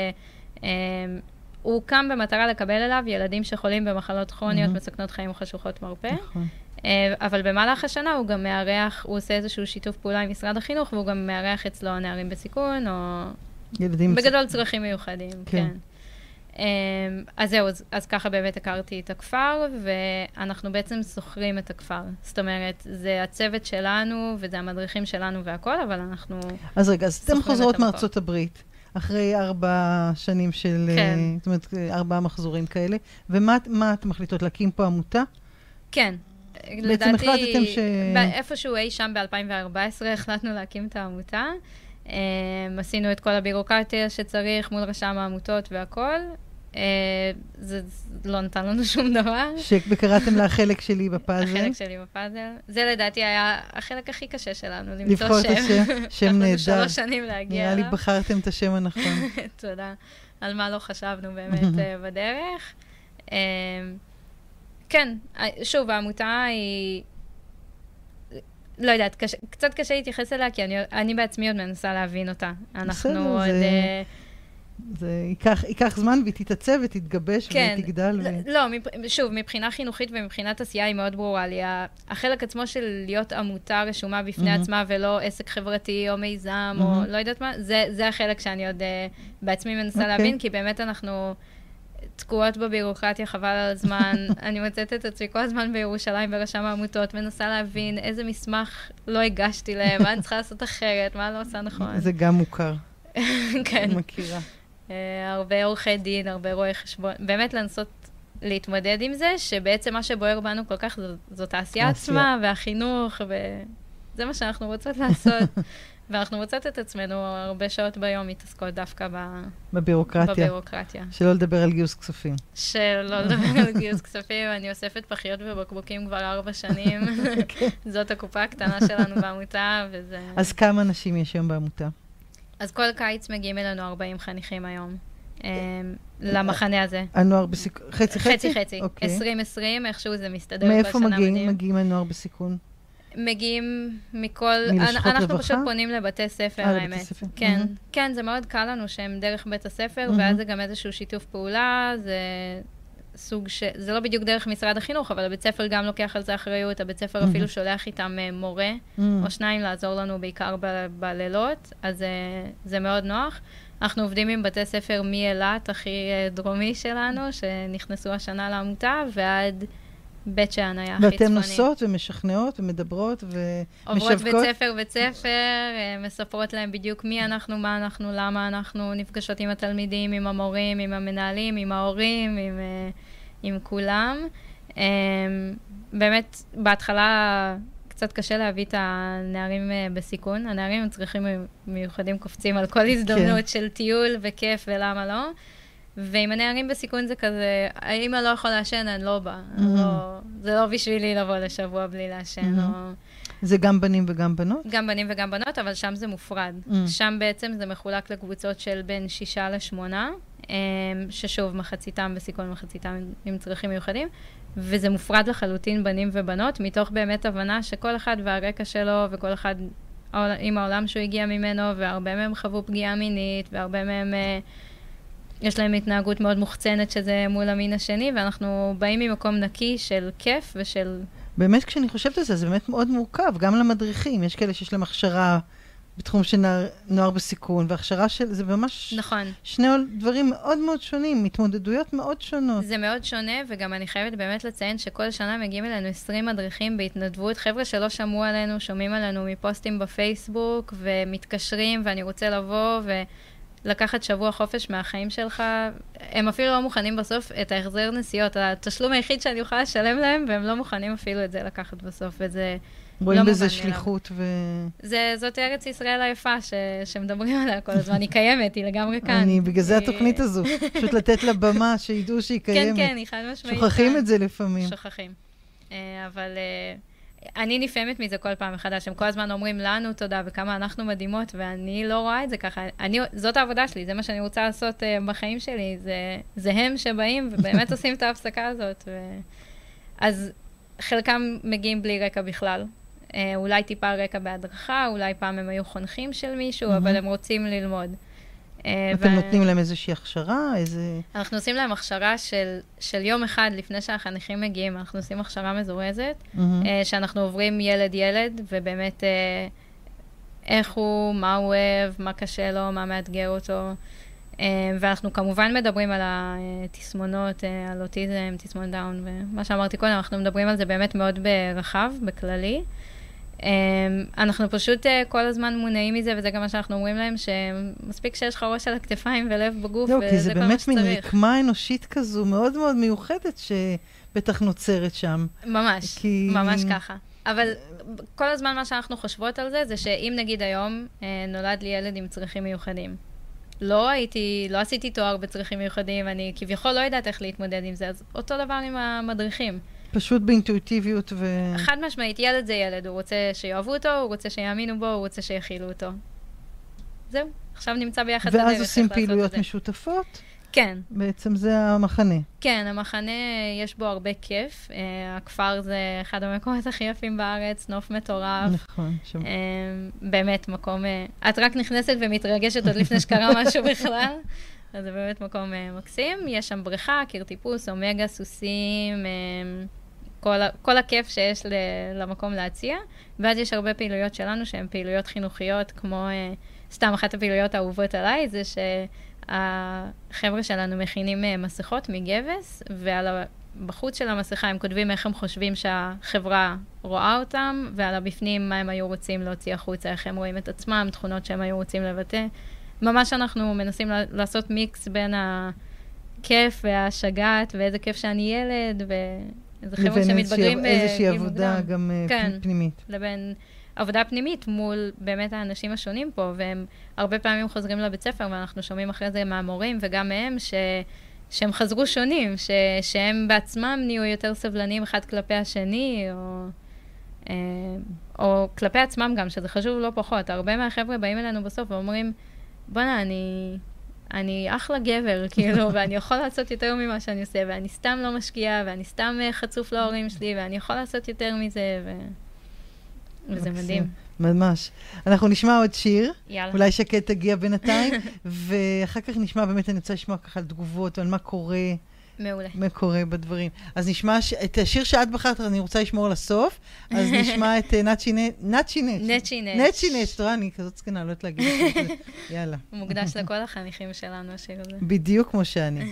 הוא הוקם במטרה לקבל אליו ילדים שחולים במחלות כרוניות, מסכנות חיים וחשוכות מרפא. נכון. אבל במהלך השנה הוא גם מארח, הוא עושה איזשהו שיתוף פעולה עם משרד החינוך, והוא גם מארח אצלו נערים בסיכון, או... ילדים... בגדול צרכים מיוחדים, כן. כן. אז זהו, אז, אז ככה באמת הכרתי את הכפר, ואנחנו בעצם זוכרים את הכפר. זאת אומרת, זה הצוות שלנו, וזה המדריכים שלנו והכל, אבל אנחנו... אז רגע, אז אתם חוזרות מארצות הברית. אחרי ארבע שנים של, כן. זאת אומרת, ארבעה מחזורים כאלה. ומה מה אתם מחליטות? להקים פה עמותה? כן. בעצם החלטתם ש... איפשהו אי שם ב-אלפיים וארבע עשרה החלטנו להקים את העמותה. עשינו את כל הבירוקרטיה שצריך מול רשם העמותות והכל. זה לא נתן לנו שום דבר. שקראתם לה החלק שלי בפאזל. החלק שלי בפאזל. זה לדעתי היה החלק הכי קשה שלנו, למצוא שם. לבחור את השם, שם נהדר. שלוש שנים להגיע אליו. נראה לי בחרתם את השם הנכון. תודה. על מה לא חשבנו באמת בדרך. כן, שוב, העמותה היא... לא יודעת, קש... קצת קשה להתייחס אליה, כי אני, אני בעצמי עוד מנסה להבין אותה. אנחנו עוד... זה... זה ייקח, ייקח זמן והיא תתעצב ותתגבש כן, ותגדל. ו... לא, מב... שוב, מבחינה חינוכית ומבחינת עשייה היא מאוד ברורה לי. החלק עצמו של להיות עמותה רשומה בפני mm-hmm. עצמה ולא עסק חברתי או מיזם mm-hmm. או לא יודעת מה, זה, זה החלק שאני עוד uh, בעצמי מנסה okay. להבין, כי באמת אנחנו... תקועות בבירוקרטיה, חבל על הזמן. אני מוצאת את עצמי כל הזמן בירושלים ברשם העמותות, מנסה להבין איזה מסמך לא הגשתי להם, מה אני צריכה לעשות אחרת, מה לא עושה נכון. זה גם מוכר. כן. מכירה. הרבה עורכי דין, הרבה רואי חשבון. באמת לנסות להתמודד עם זה, שבעצם מה שבוער בנו כל כך זאת העשייה עצמה, והחינוך, וזה מה שאנחנו רוצות לעשות. ואנחנו מוצאות את עצמנו הרבה שעות ביום מתעסקות דווקא בבירוקרטיה. בבירוקרטיה. שלא לדבר על גיוס כספים. שלא לדבר על גיוס כספים. אני אוספת פחיות ובקבוקים כבר ארבע שנים. זאת הקופה הקטנה שלנו בעמותה, וזה... אז כמה אנשים יש היום בעמותה? אז כל קיץ מגיעים אלינו ארבעים חניכים היום. למחנה הזה. הנוער בסיכון? חצי חצי? חצי חצי. עשרים עשרים, איכשהו זה מסתדר. מאיפה מגיעים הנוער בסיכון? מגיעים מכל... אנחנו פשוט פונים לבתי ספר, האמת. כן, כן, זה מאוד קל לנו שהם דרך בית הספר, ואז זה גם איזשהו שיתוף פעולה, זה סוג ש... זה לא בדיוק דרך משרד החינוך, אבל הבית ספר גם לוקח על זה אחריות, הבית ספר אפילו שולח איתם מורה, או שניים לעזור לנו בעיקר בלילות, אז זה מאוד נוח. אנחנו עובדים עם בתי ספר מאילת, הכי דרומי שלנו, שנכנסו השנה לעמותה, ועד... בית שאן היה הכי צפוני. ואתם נוסעות ומשכנעות ומדברות ומשווקות? עוברות בית ספר, בית ספר, מספרות להם בדיוק מי אנחנו, מה אנחנו, למה אנחנו נפגשות עם התלמידים, עם המורים, עם המנהלים, עם ההורים, עם, עם כולם. באמת, בהתחלה קצת קשה להביא את הנערים בסיכון. הנערים הם צריכים מיוחדים קופצים על כל הזדמנות של טיול וכיף ולמה לא. ועם הנערים בסיכון זה כזה, אם אני לא יכול לעשן, אני לא בא. זה לא בשבילי לבוא לשבוע בלי לעשן. זה גם בנים וגם בנות? גם בנים וגם בנות, אבל שם זה מופרד. שם בעצם זה מחולק לקבוצות של בין שישה לשמונה, ששוב, מחציתם בסיכון, מחציתם עם צרכים מיוחדים, וזה מופרד לחלוטין בנים ובנות, מתוך באמת הבנה שכל אחד והרקע שלו, וכל אחד עם העולם שהוא הגיע ממנו, והרבה מהם חוו פגיעה מינית, והרבה מהם... יש להם התנהגות מאוד מוחצנת שזה מול המין השני, ואנחנו באים ממקום נקי של כיף ושל... באמת, כשאני חושבת על זה, זה באמת מאוד מורכב, גם למדריכים. יש כאלה שיש להם הכשרה בתחום של נוער, נוער בסיכון, והכשרה של... זה ממש... נכון. שני דברים מאוד מאוד שונים, התמודדויות מאוד שונות. זה מאוד שונה, וגם אני חייבת באמת לציין שכל שנה מגיעים אלינו עשרים מדריכים בהתנדבות. חבר'ה שלא שמעו עלינו, שומעים עלינו מפוסטים בפייסבוק, ומתקשרים, ואני רוצה לבוא, ו... לקחת שבוע חופש מהחיים שלך, הם אפילו לא מוכנים בסוף את ההחזר נסיעות, התשלום היחיד שאני יכולה לשלם להם, והם לא מוכנים אפילו את זה לקחת בסוף, וזה לא מובן. רואים בזה שליחות ו... זה, זאת ארץ ישראל היפה ש, שמדברים עליה כל הזמן, היא קיימת, היא לגמרי כאן. אני, בגלל זה התוכנית הזו, פשוט לתת לה במה, שידעו שהיא קיימת. כן, כן, היא חד משמעית. שוכחים את זה לפעמים. שוכחים. אבל... אני נפעמת מזה כל פעם מחדש, הם כל הזמן אומרים לנו תודה וכמה אנחנו מדהימות, ואני לא רואה את זה ככה. אני, זאת העבודה שלי, זה מה שאני רוצה לעשות uh, בחיים שלי, זה, זה הם שבאים ובאמת עושים את ההפסקה הזאת. ו... אז חלקם מגיעים בלי רקע בכלל. Uh, אולי טיפה רקע בהדרכה, אולי פעם הם היו חונכים של מישהו, mm-hmm. אבל הם רוצים ללמוד. אתם ו... נותנים להם איזושהי הכשרה? איזה... אנחנו עושים להם הכשרה של, של יום אחד לפני שהחניכים מגיעים, אנחנו עושים הכשרה מזורזת, mm-hmm. uh, שאנחנו עוברים ילד-ילד, ובאמת uh, איך הוא, מה הוא אוהב, מה קשה לו, מה מאתגר אותו. Uh, ואנחנו כמובן מדברים על התסמונות, uh, על אוטיזם, תסמון דאון, ומה שאמרתי קודם, אנחנו מדברים על זה באמת מאוד ברחב, בכללי. אנחנו פשוט כל הזמן מונעים מזה, וזה גם מה שאנחנו אומרים להם, שמספיק שיש לך ראש על הכתפיים ולב בגוף, וזה כל מה שצריך. כי זה באמת מין רקמה אנושית כזו, מאוד מאוד מיוחדת, שבטח נוצרת שם. ממש, כי... ממש ככה. אבל כל הזמן מה שאנחנו חושבות על זה, זה שאם נגיד היום נולד לי ילד עם צרכים מיוחדים, לא הייתי, לא עשיתי תואר בצרכים מיוחדים, אני כביכול לא יודעת איך להתמודד עם זה, אז אותו דבר עם המדריכים. פשוט באינטואיטיביות ו... חד משמעית, ילד זה ילד, הוא רוצה שיאהבו אותו, הוא רוצה שיאמינו בו, הוא רוצה שיכילו אותו. זהו, עכשיו נמצא ביחד בדרך. ואז עושים פעילויות משותפות? כן. בעצם זה המחנה. כן, המחנה יש בו הרבה כיף. Uh, הכפר זה אחד המקומות הכי יפים בארץ, נוף מטורף. נכון. שם. Uh, באמת מקום... Uh, את רק נכנסת ומתרגשת עוד לפני שקרה משהו בכלל. אז זה באמת מקום uh, מקסים. יש שם בריכה, קיר טיפוס, אומגה, סוסים, uh, כל, כל הכיף שיש ל, למקום להציע. ואז יש הרבה פעילויות שלנו שהן פעילויות חינוכיות, כמו uh, סתם אחת הפעילויות האהובות עליי, זה ש... החבר'ה שלנו מכינים מסכות מגבס, ובחוץ של המסכה הם כותבים איך הם חושבים שהחברה רואה אותם, ועל הבפנים מה הם היו רוצים להוציא החוצה, איך הם רואים את עצמם, תכונות שהם היו רוצים לבטא. ממש אנחנו מנסים לעשות מיקס בין הכיף והשגעת, ואיזה כיף שאני ילד, ואיזה חבר'ה שמתבגרים בגיל מוקדם. איזושהי עבודה גם כן, פנימית. לבין... עבודה פנימית מול באמת האנשים השונים פה, והם הרבה פעמים חוזרים לבית ספר, ואנחנו שומעים אחרי זה מהמורים וגם מהם, ש... שהם חזרו שונים, ש... שהם בעצמם נהיו יותר סבלנים אחד כלפי השני, או... או כלפי עצמם גם, שזה חשוב לא פחות. הרבה מהחבר'ה באים אלינו בסוף ואומרים, בונה, אני... אני אחלה גבר, כאילו, ואני יכול לעשות יותר ממה שאני עושה, ואני סתם לא משקיעה, ואני סתם חצוף להורים שלי, ואני יכול לעשות יותר מזה, ו... וזה מדהים. ממש. אנחנו נשמע עוד שיר. יאללה. אולי שקט תגיע בינתיים, ואחר כך נשמע, באמת אני רוצה לשמוע ככה על תגובות, על מה קורה. מעולה. מה קורה בדברים. אז נשמע את השיר שאת בחרת, אני רוצה לשמור לסוף, אז נשמע את נצ'י נץ'. נצ'י נץ'. נצ'י נץ'. נצ'י נץ'. תראה, אני כזאת זקנה, לא יודעת להגיד את זה. יאללה. הוא מוקדש לכל החניכים שלנו, השיר הזה. בדיוק כמו שאני.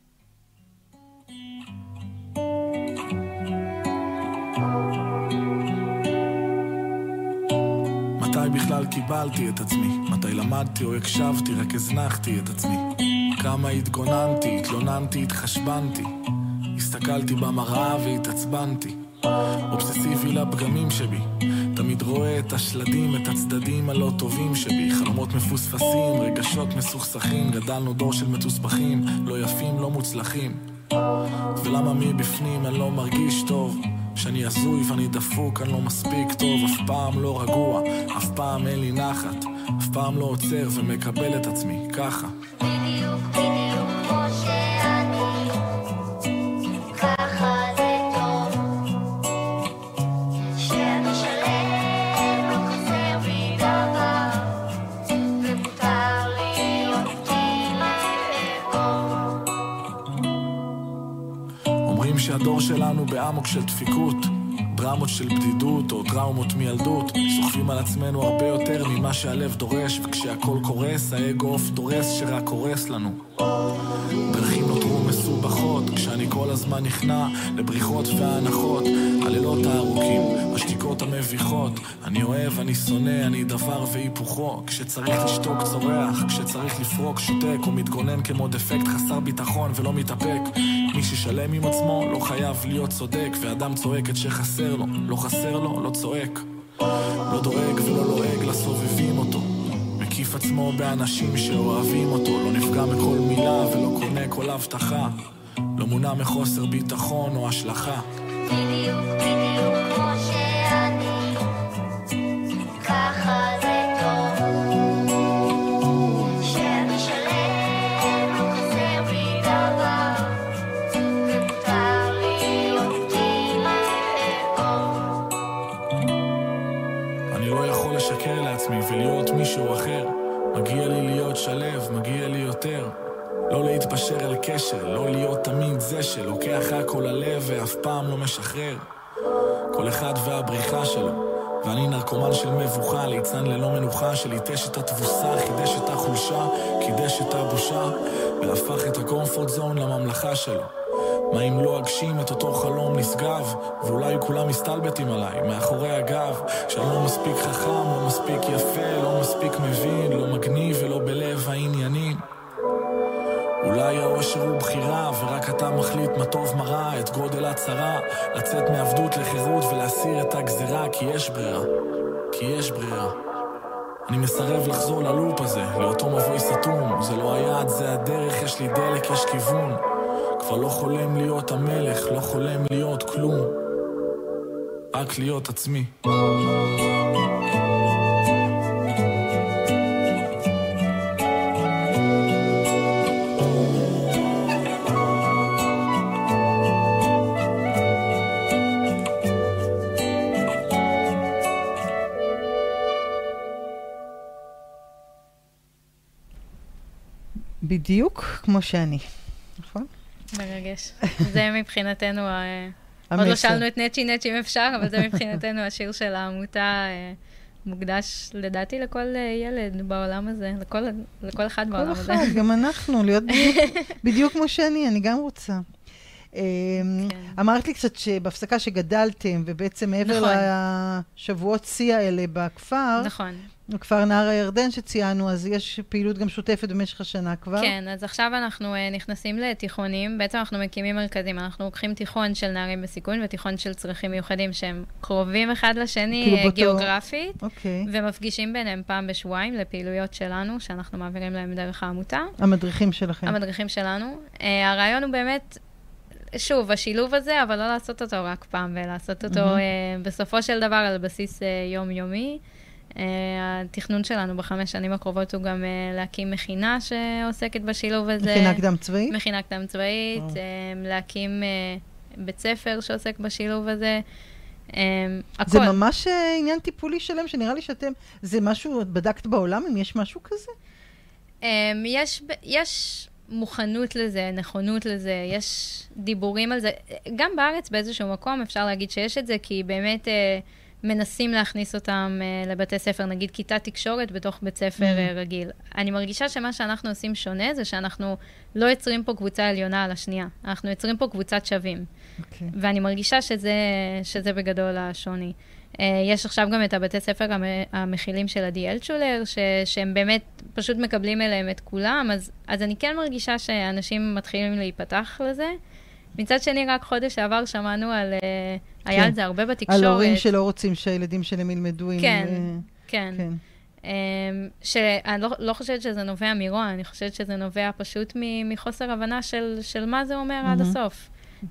מתי בכלל קיבלתי את עצמי? מתי למדתי או הקשבתי, רק הזנחתי את עצמי? כמה התגוננתי, התלוננתי, התחשבנתי, הסתכלתי במראה והתעצבנתי. אובססיבי לפגמים שבי, תמיד רואה את השלדים, את הצדדים הלא טובים שבי. חלומות מפוספסים, רגשות מסוכסכים, גדלנו דור של מתוסבכים, לא יפים, לא מוצלחים. ולמה מבפנים אני לא מרגיש טוב? שאני עזוי ואני דפוק, אני לא מספיק טוב, אף פעם לא רגוע, אף פעם אין לי נחת, אף פעם לא עוצר ומקבל את עצמי, ככה. בדיוק, בדיוק כמו שאני, ככה זה טוב, שאני שלם, לא חסר בי דבר, ומותר להיות תלמד. אומרים שהדור שלנו באמוק של דפיקות, דרמות של בדידות או טראומות מילדות, סוחבים על עצמנו הרבה יותר ממה שהלב דורש, וכשהכל קורס, האגו אוף דורס שרק קורס לנו. דרכים נותרו מסובכות, כשאני כל הזמן נכנע לבריחות והנחות, הלילות הארוכים, השתיקות המביכות, אני אוהב, אני שונא, אני דבר והיפוכו, כשצריך לשתוק צורח, כשצריך לפרוק שותק, או מתגונן כמו דפקט חסר ביטחון ולא מתאפק. מי ששלם עם עצמו לא חייב להיות צודק, ואדם צועק את שחסר לו, לא חסר לו, לא צועק, לא דואג ולא לועג לסובבים אותו, מקיף עצמו באנשים שאוהבים אותו, לא נפגע מכל מילה ולא קונה כל הבטחה, לא מונע מחוסר ביטחון או השלכה. בדיוק, בדיוק כמו שאני, ככה זה טוב, שאני שלם, לא חסר בי דבר, ומותר להיות תלמד. אני לא יכול לשקר לעצמי ולהיות מישהו אחר, מגיע לי להיות שלב, מגיע לי יותר, לא להתפשר על קשר, לא להיות תמיד זה שלוקח הכל הלב ואף פעם לא משחרר. כל אחד והבריחה שלו, ואני נרקומן של מבוכה, ליצן ללא מנוחה, שליטש את התבוסה, חידש את החולשה, קידש את הבושה, והפך את הקומפורט זון לממלכה שלו. מה אם לא אגשים את אותו חלום נשגב, ואולי כולם מסתלבטים עליי מאחורי הגב, שאני לא מספיק חכם, לא מספיק יפה, לא מספיק מבין, לא מגניב ולא בלב העניינים. אולי האושר הוא בחירה, ורק אתה מחליט מה טוב מה רע, את גודל הצרה, לצאת מעבדות לחירות ולהסיר את הגזרה, כי יש ברירה, כי יש ברירה. אני מסרב לחזור ללופ הזה, לאותו מבוי סתום, זה לא היעד, זה הדרך, יש לי דלק, יש כיוון. כבר לא חולם להיות המלך, לא חולם להיות כלום, רק להיות עצמי. בדיוק כמו שאני, נכון? מרגש. זה מבחינתנו, עוד לא שאלנו את נצ'י נצ'י אם אפשר, אבל זה מבחינתנו השיר של העמותה מוקדש לדעתי לכל ילד בעולם הזה, לכל, לכל אחד בעולם הזה. כל אחד, גם אנחנו, להיות בדיוק כמו שאני, אני גם רוצה. אמרת לי קצת שבהפסקה שגדלתם, ובעצם מעבר לשבועות שיא האלה בכפר, נכון. בכפר נהר הירדן שציינו, אז יש פעילות גם שוטפת במשך השנה כבר. כן, אז עכשיו אנחנו uh, נכנסים לתיכונים, בעצם אנחנו מקימים מרכזים, אנחנו לוקחים תיכון של נערים בסיכון, ותיכון של צרכים מיוחדים שהם קרובים אחד לשני כאילו uh, גיאוגרפית, אוקיי. ומפגישים ביניהם פעם בשבועיים לפעילויות שלנו, שאנחנו מעבירים להם דרך העמותה. המדריכים שלכם. המדריכים שלנו. Uh, הרעיון הוא באמת, שוב, השילוב הזה, אבל לא לעשות אותו רק פעם, ולעשות אותו mm-hmm. uh, בסופו של דבר על בסיס uh, יומיומי. Uh, התכנון שלנו בחמש שנים הקרובות הוא גם uh, להקים מכינה שעוסקת בשילוב הזה. מכינה קדם צבאית? מכינה קדם צבאית, oh. uh, להקים uh, בית ספר שעוסק בשילוב הזה. Um, זה הכל. ממש uh, עניין טיפולי שלם, שנראה לי שאתם, זה משהו, בדקת בעולם, אם יש משהו כזה? Um, יש, יש מוכנות לזה, נכונות לזה, יש דיבורים על זה. גם בארץ באיזשהו מקום אפשר להגיד שיש את זה, כי באמת... Uh, מנסים להכניס אותם uh, לבתי ספר, נגיד כיתה תקשורת בתוך בית ספר mm-hmm. uh, רגיל. אני מרגישה שמה שאנחנו עושים שונה, זה שאנחנו לא יוצרים פה קבוצה עליונה על השנייה. אנחנו יוצרים פה קבוצת שווים. Okay. ואני מרגישה שזה, שזה בגדול השוני. Uh, יש עכשיו גם את הבתי ספר המכילים של עדי אלטשולר, ש, שהם באמת פשוט מקבלים אליהם את כולם, אז, אז אני כן מרגישה שאנשים מתחילים להיפתח לזה. מצד שני, רק חודש שעבר שמענו על... Uh, היה על זה הרבה בתקשורת. על הורים שלא רוצים שהילדים שלהם ילמדו עם... כן, כן. שאני לא חושבת שזה נובע מרוע, אני חושבת שזה נובע פשוט מחוסר הבנה של מה זה אומר עד הסוף.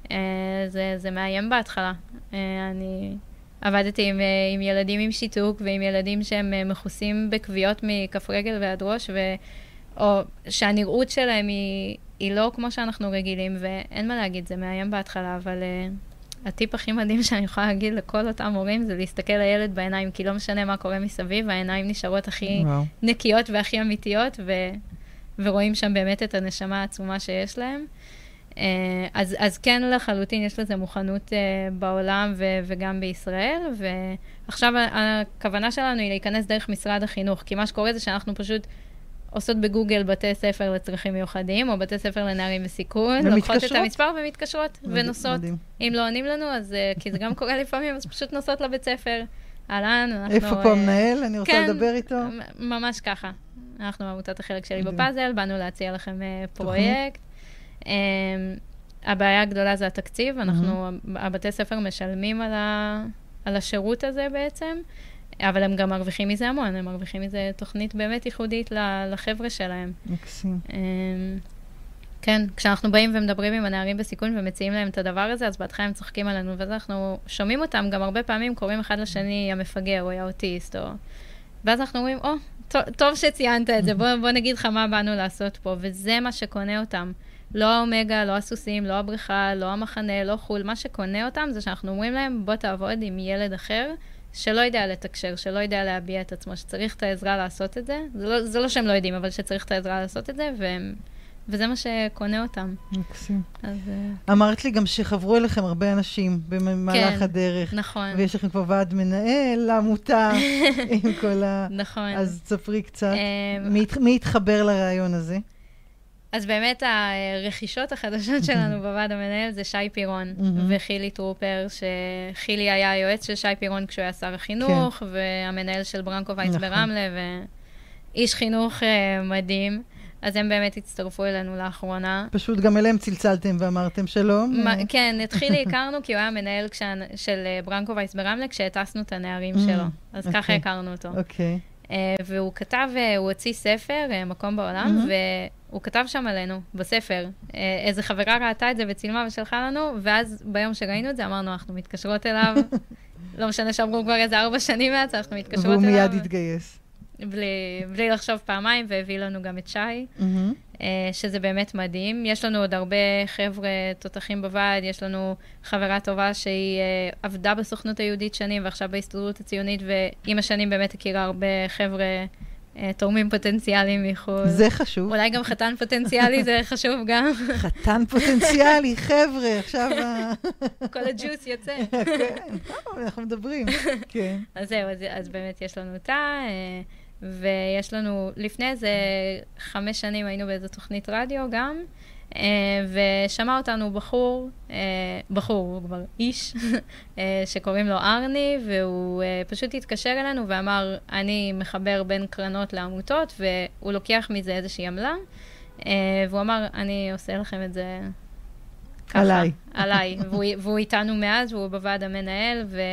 זה מאיים בהתחלה. אני עבדתי עם ילדים עם שיתוק, ועם ילדים שהם מכוסים בקביעות מכף רגל ועד ראש, או שהנראות שלהם היא לא כמו שאנחנו רגילים, ואין מה להגיד, זה מאיים בהתחלה, אבל... הטיפ הכי מדהים שאני יכולה להגיד לכל אותם הורים, זה להסתכל לילד בעיניים, כי לא משנה מה קורה מסביב, העיניים נשארות הכי וואו. נקיות והכי אמיתיות, ו... ורואים שם באמת את הנשמה העצומה שיש להם. אז, אז כן, לחלוטין, יש לזה מוכנות בעולם ו... וגם בישראל, ועכשיו הכוונה שלנו היא להיכנס דרך משרד החינוך, כי מה שקורה זה שאנחנו פשוט עושות בגוגל בתי ספר לצרכים מיוחדים, או בתי ספר לנערים בסיכון, לוקחות את המספר ומתקשרות ונוסעות. אם לא עונים לנו, אז כי זה גם קורה לפעמים, אז פשוט נוסעות לבית ספר. אהלן, אנחנו... איפה פה המנהל? אני רוצה לדבר איתו. ממש ככה. אנחנו מעמותת החלק שלי בפאזל, באנו להציע לכם פרויקט. הבעיה הגדולה זה התקציב, אנחנו, הבתי ספר משלמים על השירות הזה בעצם, אבל הם גם מרוויחים מזה המון, הם מרוויחים מזה תוכנית באמת ייחודית לחבר'ה שלהם. מקסים. כן, כשאנחנו באים ומדברים עם הנערים בסיכון ומציעים להם את הדבר הזה, אז בהתחלה הם צוחקים עלינו, ואז אנחנו שומעים אותם, גם הרבה פעמים קוראים אחד לשני המפגר או האוטיסט, או... ואז אנחנו אומרים, או, טוב שציינת את זה, בוא, בוא נגיד לך מה באנו לעשות פה, וזה מה שקונה אותם. לא האומגה, לא הסוסים, לא הבריכה, לא המחנה, לא חול, מה שקונה אותם זה שאנחנו אומרים להם, בוא תעבוד עם ילד אחר, שלא יודע לתקשר, שלא יודע להביע את עצמו, שצריך את העזרה לעשות את זה. זה לא, זה לא שהם לא יודעים, אבל שצריך את העזרה לעשות את זה, והם, וזה מה שקונה אותם. מקסים. אז... אמרת לי גם שחברו אליכם הרבה אנשים במהלך כן, הדרך. נכון. ויש לכם כבר ועד מנהל, לעמותה, עם כל ה... נכון. אז תספרי קצת. מי, מי התחבר לרעיון הזה? אז באמת הרכישות החדשות שלנו בוועד המנהל זה שי פירון וחילי טרופר, שחילי היה היועץ של שי פירון כשהוא היה שר החינוך, והמנהל של ברנקו וייץ ברמלה, ואיש חינוך מדהים. אז הם באמת הצטרפו אלינו לאחרונה. פשוט גם אליהם צלצלתם ואמרתם שלום. כן, התחילי, הכרנו, כי הוא היה מנהל של ברנקו וייץ ברמלה, כשהטסנו את הנערים שלו. אז ככה הכרנו אותו. אוקיי. והוא כתב, הוא הוציא ספר, מקום בעולם, והוא כתב שם עלינו, בספר. איזו חברה ראתה את זה וצילמה ושלחה לנו, ואז ביום שראינו את זה, אמרנו, אנחנו מתקשרות אליו. לא משנה שעברו כבר איזה ארבע שנים מאז, אנחנו מתקשרות אליו. והוא מיד התגייס. בלי, בלי לחשוב פעמיים, והביא לנו גם את שי, mm-hmm. שזה באמת מדהים. יש לנו עוד הרבה חבר'ה תותחים בוועד, יש לנו חברה טובה שהיא עבדה בסוכנות היהודית שנים, ועכשיו בהסתדרות הציונית, ועם השנים באמת הכירה הרבה חבר'ה תורמים פוטנציאליים מחו"ל. זה חשוב. אולי גם חתן פוטנציאלי, זה חשוב גם. חתן פוטנציאלי, חבר'ה, עכשיו... כל הג'וס יוצא. כן, אנחנו מדברים. כן. אז זהו, אז באמת יש לנו אותה, ויש לנו, לפני איזה חמש שנים היינו באיזו תוכנית רדיו גם, ושמע אותנו בחור, בחור, הוא כבר איש, שקוראים לו ארני, והוא פשוט התקשר אלינו ואמר, אני מחבר בין קרנות לעמותות, והוא לוקח מזה איזושהי עמלה, והוא אמר, אני עושה לכם את זה ככה. עליי. עליי, והוא, והוא איתנו מאז, והוא בוועד המנהל, ו...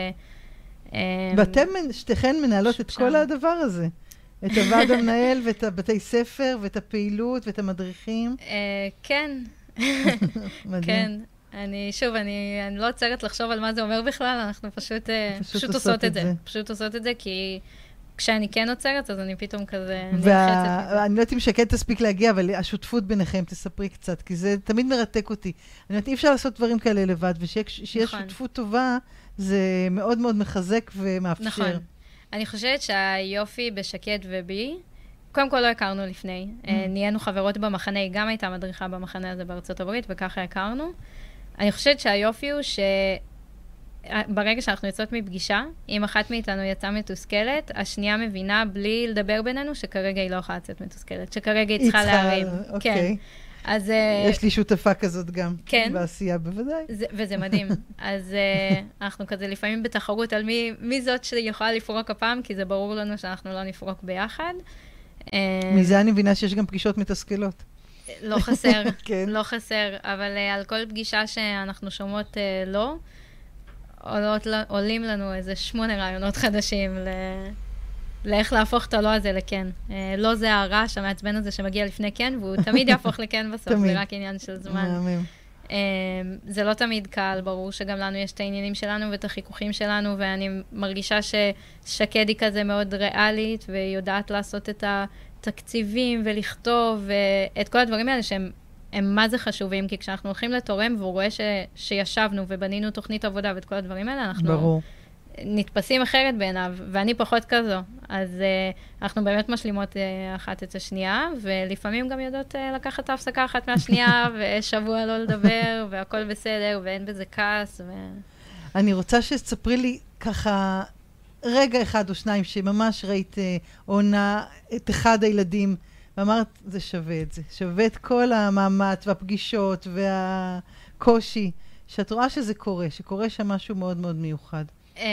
ואתם שתיכן מנהלות את כל הדבר הזה. את הוועד המנהל ואת הבתי ספר ואת הפעילות ואת המדריכים. כן. כן. אני, שוב, אני לא עוצרת לחשוב על מה זה אומר בכלל, אנחנו פשוט פשוט עושות את זה. פשוט עושות את זה, כי כשאני כן עוצרת, אז אני פתאום כזה נלחצת. אני לא יודעת אם שקד תספיק להגיע, אבל השותפות ביניכם, תספרי קצת, כי זה תמיד מרתק אותי. אני יודעת, אי אפשר לעשות דברים כאלה לבד, ושיהיה שותפות טובה, זה מאוד מאוד מחזק ומאפשר. נכון. אני חושבת שהיופי בשקד ובי, קודם כל לא הכרנו לפני. נהיינו חברות במחנה, היא גם הייתה מדריכה במחנה הזה בארצות הברית, וככה הכרנו. אני חושבת שהיופי הוא שברגע שאנחנו יוצאות מפגישה, אם אחת מאיתנו יצאה מתוסכלת, השנייה מבינה בלי לדבר בינינו שכרגע היא לא יכולה לצאת מתוסכלת, שכרגע היא צריכה להרים. אוקיי. אז... יש לי שותפה כזאת גם. כן. בעשייה בוודאי. וזה מדהים. אז אנחנו כזה לפעמים בתחרות על מי זאת שיכולה לפרוק הפעם, כי זה ברור לנו שאנחנו לא נפרוק ביחד. מזה אני מבינה שיש גם פגישות מתסכלות. לא חסר, לא חסר, אבל על כל פגישה שאנחנו שומעות לא, עולים לנו איזה שמונה רעיונות חדשים ל... לאיך להפוך את הלא הזה לכן. לא זה הרעש המעצבן הזה שמגיע לפני כן, והוא תמיד יהפוך לכן בסוף, זה רק עניין של זמן. זה לא תמיד קל, ברור שגם לנו יש את העניינים שלנו ואת החיכוכים שלנו, ואני מרגישה ששקד היא כזה מאוד ריאלית, ויודעת לעשות את התקציבים ולכתוב, ואת כל הדברים האלה שהם הם מה זה חשובים, כי כשאנחנו הולכים לתורם, והוא רואה ש, שישבנו ובנינו תוכנית עבודה ואת כל הדברים האלה, אנחנו... ברור. נתפסים אחרת בעיניו, ואני פחות כזו. אז uh, אנחנו באמת משלימות uh, אחת את השנייה, ולפעמים גם יודעות uh, לקחת את ההפסקה אחת מהשנייה, ושבוע לא לדבר, והכל בסדר, ואין בזה כעס. ו... אני רוצה שתספרי לי ככה רגע אחד או שניים, שממש ראית uh, עונה את אחד הילדים, ואמרת, זה שווה את זה. שווה את כל המאמץ והפגישות והקושי, שאת רואה שזה קורה, שקורה שם משהו מאוד מאוד מיוחד.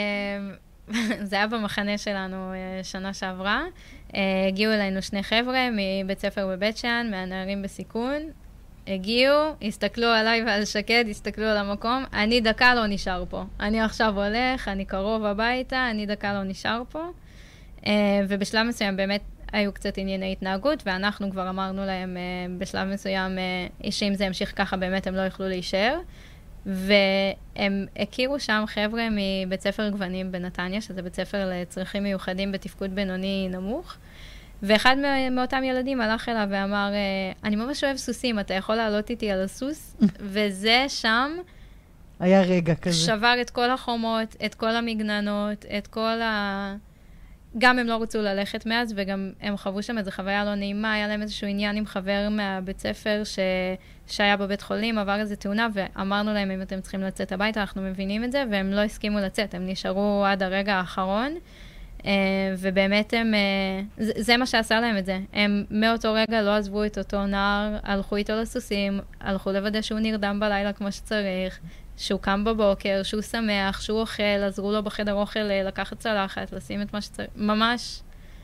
זה היה במחנה שלנו שנה שעברה. הגיעו אלינו שני חבר'ה מבית ספר בבית שאן, מהנערים בסיכון. הגיעו, הסתכלו עליי ועל שקד, הסתכלו על המקום. אני דקה לא נשאר פה. אני עכשיו הולך, אני קרוב הביתה, אני דקה לא נשאר פה. ובשלב מסוים באמת היו קצת ענייני התנהגות, ואנחנו כבר אמרנו להם בשלב מסוים שאם זה ימשיך ככה באמת הם לא יוכלו להישאר. והם הכירו שם חבר'ה מבית ספר גוונים בנתניה, שזה בית ספר לצרכים מיוחדים בתפקוד בינוני נמוך, ואחד מאותם ילדים הלך אליו ואמר, אני ממש אוהב סוסים, אתה יכול לעלות איתי על הסוס? וזה שם... היה רגע כזה. שבר את כל החומות, את כל המגננות, את כל ה... גם הם לא רצו ללכת מאז, וגם הם חוו שם איזו חוויה לא נעימה, היה להם איזשהו עניין עם חבר מהבית ספר ש... שהיה בבית חולים, עבר איזו תאונה, ואמרנו להם, אם אתם צריכים לצאת הביתה, אנחנו מבינים את זה, והם לא הסכימו לצאת, הם נשארו עד הרגע האחרון, ובאמת הם, זה, זה מה שעשה להם את זה. הם מאותו רגע לא עזבו את אותו נער, הלכו איתו לסוסים, הלכו לוודא שהוא נרדם בלילה כמו שצריך, שהוא קם בבוקר, שהוא שמח, שהוא אוכל, עזרו לו בחדר אוכל לקחת צלחת, לשים את מה שצריך, ממש.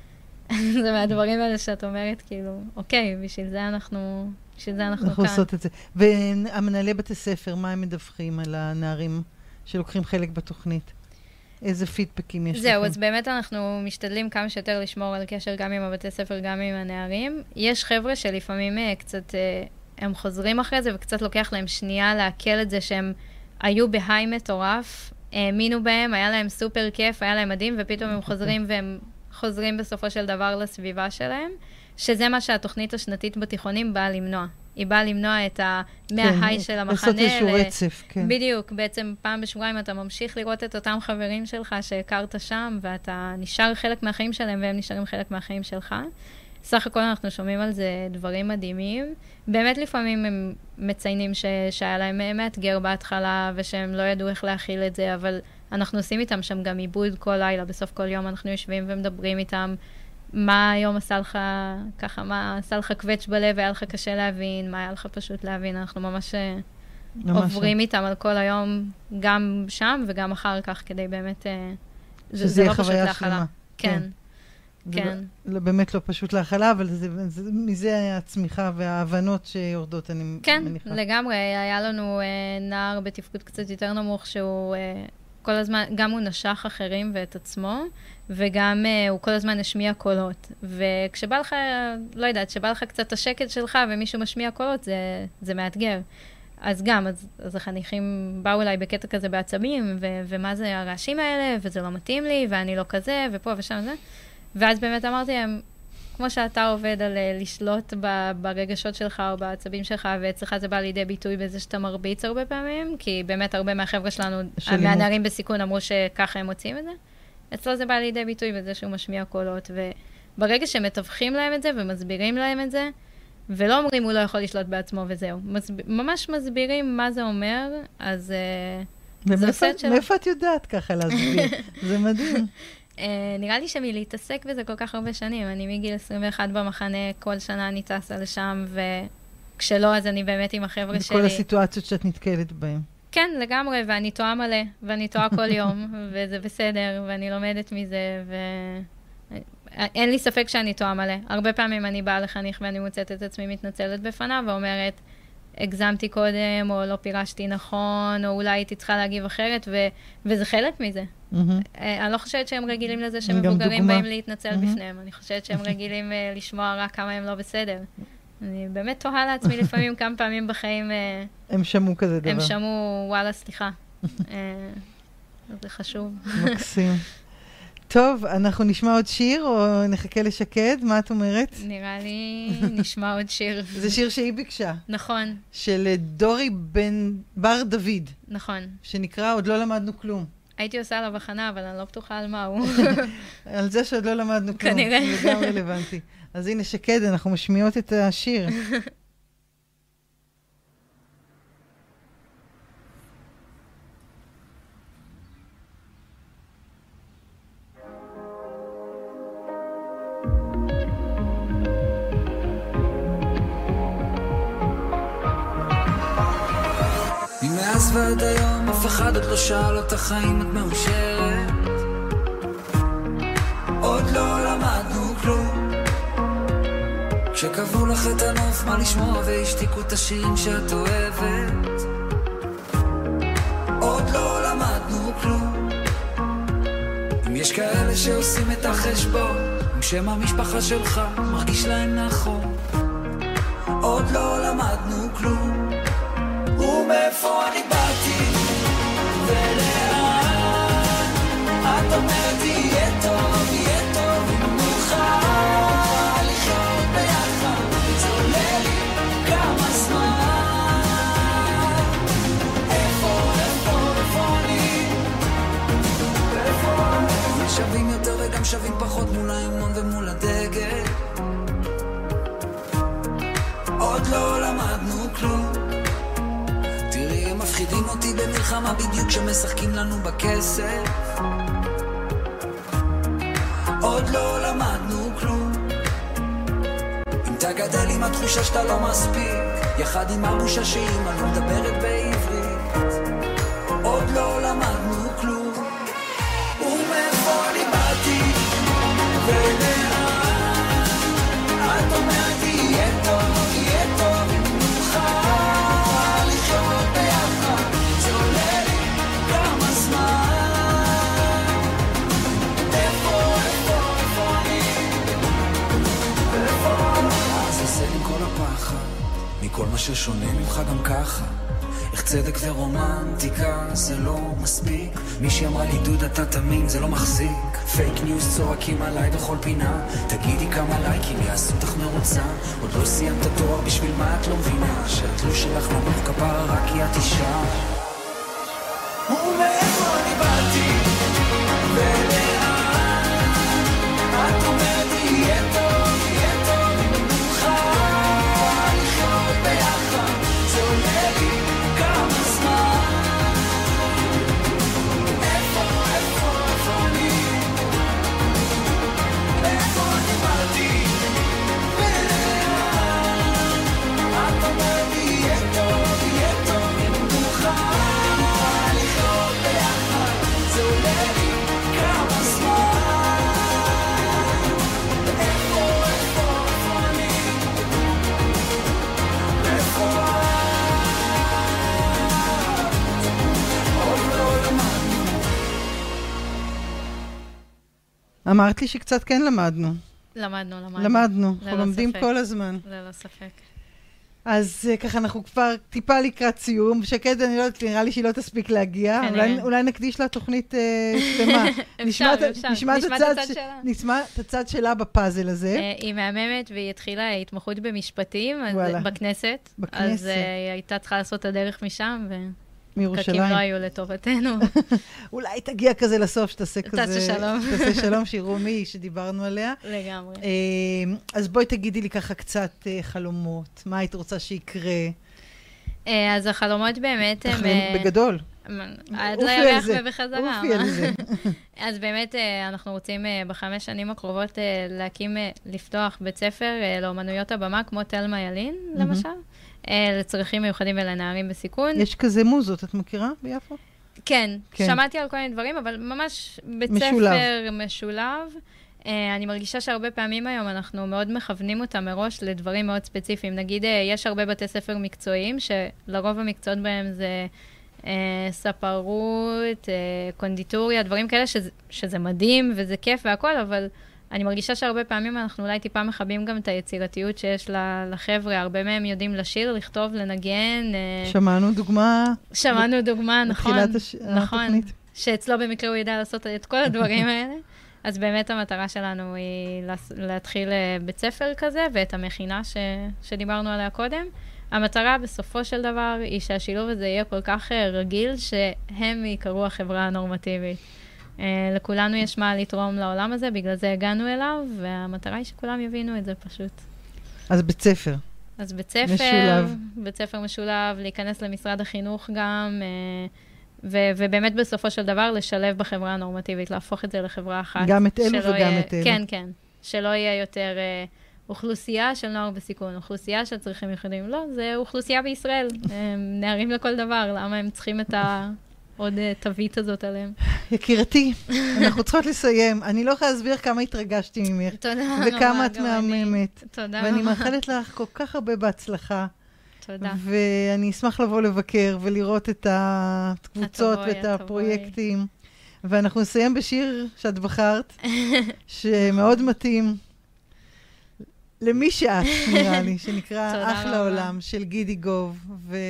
זה מהדברים האלה שאת אומרת, כאילו, אוקיי, בשביל זה אנחנו, בשביל זה אנחנו, אנחנו כאן. עושות את זה. והמנהלי בתי ספר, מה הם מדווחים על הנערים שלוקחים חלק בתוכנית? איזה פידבקים יש לכם? זהו, אז באמת אנחנו משתדלים כמה שיותר לשמור על קשר גם עם הבתי ספר, גם עם הנערים. יש חבר'ה שלפעמים קצת, הם חוזרים אחרי זה, וקצת לוקח להם שנייה להקל את זה שהם היו בהיי מטורף, האמינו בהם, היה להם סופר כיף, היה להם מדהים, ופתאום הם חוזרים והם חוזרים בסופו של דבר לסביבה שלהם, שזה מה שהתוכנית השנתית בתיכונים באה למנוע. היא באה למנוע את המההיי של המחנה. לעשות איזשהו רצף, כן. בדיוק, בעצם פעם בשבועיים אתה ממשיך לראות את אותם חברים שלך שהכרת שם, ואתה נשאר חלק מהחיים שלהם, והם נשארים חלק מהחיים שלך. סך הכל אנחנו שומעים על זה דברים מדהימים. באמת לפעמים הם מציינים ש... שהיה להם מאתגר בהתחלה, ושהם לא ידעו איך להכיל את זה, אבל אנחנו עושים איתם שם גם עיבוד כל לילה. בסוף כל יום אנחנו יושבים ומדברים איתם, מה היום עשה לך, ככה, מה עשה לך קווץ' בלב, היה לך קשה להבין, מה היה לך פשוט להבין. אנחנו ממש, ממש עוברים איתם על כל היום, גם שם וגם אחר כך, כדי באמת, שזה זה לא פשוט להכלה. כן, זה כן. לא, באמת לא פשוט להכלה, אבל זה, זה, מזה הצמיחה וההבנות שיורדות, אני כן, מניחה. כן, לגמרי. היה לנו אה, נער בתפקוד קצת יותר נמוך, שהוא אה, כל הזמן, גם הוא נשך אחרים ואת עצמו, וגם uh, הוא כל הזמן השמיע קולות. וכשבא לך, לא יודעת, כשבא לך קצת השקט שלך ומישהו משמיע קולות, זה, זה מאתגר. אז גם, אז, אז החניכים באו אליי בקטע כזה בעצבים, ו- ומה זה הרעשים האלה, וזה לא מתאים לי, ואני לא כזה, ופה ושם זה. ואז באמת אמרתי להם, כמו שאתה עובד על uh, לשלוט ב- ברגשות שלך או בעצבים שלך, ואצלך זה בא לידי ביטוי בזה שאתה מרביץ הרבה פעמים, כי באמת הרבה מהחבר'ה שלנו, מהנערים בסיכון, אמרו שככה הם מוצאים את זה. אצלו זה בא לידי ביטוי בזה שהוא משמיע קולות, וברגע שמתווכים להם את זה ומסבירים להם את זה, ולא אומרים הוא לא יכול לשלוט בעצמו וזהו, מסב... ממש מסבירים מה זה אומר, אז uh, זה עושה את שלו. מאיפה את יודעת ככה להסביר? זה מדהים. uh, נראה לי שמלהתעסק בזה כל כך הרבה שנים, אני מגיל עשרים ואחת במחנה, כל שנה אני טסה לשם, וכשלא אז אני באמת עם החבר'ה שלי. בכל הסיטואציות שאת נתקלת בהן. כן, לגמרי, ואני טועה מלא, ואני טועה כל יום, וזה בסדר, ואני לומדת מזה, ואין לי ספק שאני טועה מלא. הרבה פעמים אני באה לחניך ואני מוצאת את עצמי מתנצלת בפניו, ואומרת, הגזמתי קודם, או לא פירשתי נכון, או אולי הייתי צריכה להגיב אחרת, ו- וזה חלק מזה. אני לא חושבת שהם רגילים לזה שמבוגרים באים להתנצל בפניהם, אני חושבת שהם רגילים לשמוע רק כמה הם לא בסדר. אני באמת תוהה לעצמי לפעמים כמה פעמים בחיים... הם שמעו כזה דבר. הם שמעו, וואלה, סליחה. זה חשוב. מקסים. טוב, אנחנו נשמע עוד שיר, או נחכה לשקד? מה את אומרת? נראה לי נשמע עוד שיר. זה שיר שהיא ביקשה. נכון. של דורי בן בר דוד. נכון. שנקרא עוד לא למדנו כלום. הייתי עושה עליו הכנה, אבל אני לא בטוחה על מה הוא. על זה שעוד לא למדנו כלום. כנראה. זה גם רלוונטי. אז הנה שקד, אנחנו משמיעות את השיר. מאז ועד היום אף אחד עוד לא שאל אותך האם את מאושרת. עוד לא למדנו כלום. כשקבעו לך את הנוף מה לשמוע והשתיקו את השירים שאת אוהבת. עוד לא למדנו כלום. אם יש כאלה שעושים את החשבון עם שם המשפחה שלך מרגיש להם נכון. עוד לא למדנו כלום. ומאיפה אני באתי ולאן את אומרת יהיה טוב, יהיה טוב נוכל לחיות ביחד. זה עולה לי כמה זמן. איפה, איפה, איפה אני? איפה אני? שווים יותר וגם שווים פחות מול ההמנון ומול הדגל. עוד לא למדנו כלום. הם מפחידים אותי במלחמה בדיוק שמשחקים לנו בכסף. עוד לא למדנו כלום. אם תגדל עם התחושה שאתה לא מספיק, יחד עם הבושה שאמא לא מדברת בעברית, עוד לא למדנו כלום. ומאיפה אני באתי ולאן את אומרת יהיה טוב, יהיה טוב אם נוכל לחיות ביחד, זה עולה לי כמה זמן. איפה, איפה, איפה אני ואיפה אז עושה לי כל הפחד מכל מה ששונה ממך גם ככה. איך צדק ורומנטיקה זה לא מספיק, מישהי אמרה לי דוד אתה תמים זה לא מחזיק, פייק ניוז צורקים עליי בכל פינה, תגידי כמה לייקים יעשו אותך מרוצה, עוד לא סיימת תואר בשביל מה את לא מבינה, שהתלוש שלך נמוך כפרה רק כי את אישה. ומאיפה אני באתי ולאן את אומרת יהיה טוב, יהיה טוב אם נוכל לחיות ביחד, זה עולה לי כמה זמן. איפה, איפה, איפה אני איפה אני באתי ולאן את אומרת יהיה טוב, יהיה טוב אם נוכל לחיות ביחד, זה עולה לי כמה זמן. איפה, איפה, איפה אני איפה אמרת לי שקצת כן למדנו. למדנו, למדנו. למדנו, ללא אנחנו לומדים ספק. כל הזמן. ללא ספק. אז אה, ככה אנחנו כבר טיפה לקראת סיום. שקד, אני לא יודעת, נראה לי שהיא לא תספיק להגיע. כנראה. אולי, אולי נקדיש לה תוכנית אה, שלמה. אפשר, נשמע את- אפשר. נשמע את נשמע את הצד הצד ש- שלה. נשמע את הצד שלה בפאזל הזה. אה, היא מהממת והיא התחילה התמחות במשפטים אז- וואלה. בכנסת. בכנסת. אז אה, היא הייתה צריכה לעשות את הדרך משם, ופקקים מירושלים. לא היו לטובתנו. אולי תגיע כזה לסוף, שתעשה כזה... תעשה שלום. תעשה שלום, שיראו מי שדיברנו עליה. לגמרי. אה, אז בואי תגידי לי ככה קצת אה, חלומות. מה היית רוצה שיקרה? אה, אז החלומות באמת הם... תחלם אה, בגדול. עד אופי על לירח זה. ובחזרה. אופי על זה. אז באמת אה, אנחנו רוצים אה, בחמש שנים הקרובות אה, להקים, אה, לפתוח בית ספר אה, לאומנויות הבמה, כמו תלמה ילין, למשל, אה, לצרכים מיוחדים ולנערים בסיכון. יש כזה מוזות, את מכירה ביפו? כן, כן. שמעתי על כל מיני דברים, אבל ממש בית משולב. ספר משולב. Uh, אני מרגישה שהרבה פעמים היום אנחנו מאוד מכוונים אותם מראש לדברים מאוד ספציפיים. נגיד, uh, יש הרבה בתי ספר מקצועיים, שלרוב המקצועות בהם זה uh, ספרות, uh, קונדיטוריה, דברים כאלה שזה, שזה מדהים וזה כיף והכל, אבל אני מרגישה שהרבה פעמים אנחנו אולי טיפה מכבים גם את היצירתיות שיש לחבר'ה. הרבה מהם יודעים לשיר, לכתוב, לנגן. uh, שמענו דוגמה שמענו דוגמה, נכון. בתחילת הש- נכון. התוכנית. שאצלו במקרה הוא ידע לעשות את כל הדברים האלה. אז באמת המטרה שלנו היא לס- להתחיל אה, בית ספר כזה, ואת המכינה ש- שדיברנו עליה קודם. המטרה בסופו של דבר היא שהשילוב הזה יהיה כל כך אה, רגיל, שהם יקראו החברה הנורמטיבית. אה, לכולנו יש מה לתרום לעולם הזה, בגלל זה הגענו אליו, והמטרה היא שכולם יבינו את זה פשוט. אז בית ספר. אז בית ספר, משולב. בית ספר משולב, להיכנס למשרד החינוך גם, אה, ו- ובאמת בסופו של דבר לשלב בחברה הנורמטיבית, להפוך את זה לחברה אחת. גם את אלו שלא וגם יהיה, את אלו. כן, כן. שלא יהיה יותר אה, אוכלוסייה של נוער בסיכון, אוכלוסייה של צריכים ייחודיים. לא, זה אוכלוסייה בישראל. הם נערים לכל דבר, למה הם צריכים את העוד אה, תווית הזאת עליהם? יקירתי, אנחנו צריכות לסיים. אני לא יכולה להסביר כמה התרגשתי ממך. תודה רבה. וכמה את גם אני. מהממת. תודה ואני רבה. מאחלת לך כל כך הרבה בהצלחה. תודה. ואני אשמח לבוא לבקר ולראות את הקבוצות את תבואי, ואת את הפרויקטים. ואנחנו נסיים בשיר שאת בחרת, שמאוד מתאים למי שאת, נראה לי, שנקרא תודה אחלה רבה. עולם, של גידי גוב.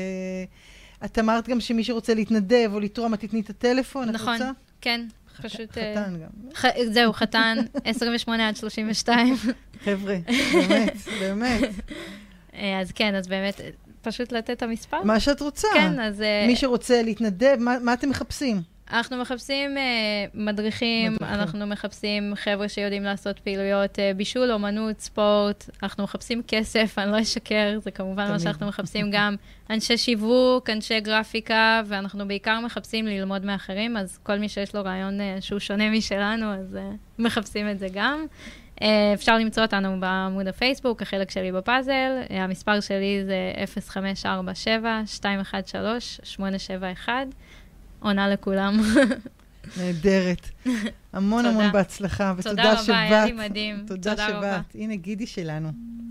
ואת אמרת גם שמי שרוצה להתנדב או לתרום, את תתני את הטלפון, את נכון, רוצה? כן. פשוט... אה, חתן גם. ח- זהו, חתן, עשרים ושמונה עד שלושים ושתיים. חבר'ה, באמת, באמת. אה, אז כן, אז באמת, אה, פשוט לתת את המספר. מה שאת רוצה. כן, אז... אה, מי שרוצה להתנדב, מה מה אתם מחפשים? אנחנו מחפשים uh, מדריכים, מדריכים, אנחנו מחפשים חבר'ה שיודעים לעשות פעילויות, uh, בישול, אומנות, ספורט, אנחנו מחפשים כסף, אני לא אשקר, זה כמובן מה שאנחנו מחפשים גם אנשי שיווק, אנשי גרפיקה, ואנחנו בעיקר מחפשים ללמוד מאחרים, אז כל מי שיש לו רעיון uh, שהוא שונה משלנו, אז uh, מחפשים את זה גם. Uh, אפשר למצוא אותנו בעמוד הפייסבוק, החלק שלי בפאזל, uh, המספר שלי זה אפס חמש ארבע שבע שתיים אחת שלוש שמונה שבע אחת, עונה לכולם. נהדרת. המון המון בהצלחה, ותודה שבאת. תודה רבה, היה לי מדהים. תודה שבאת. הנה גידי שלנו.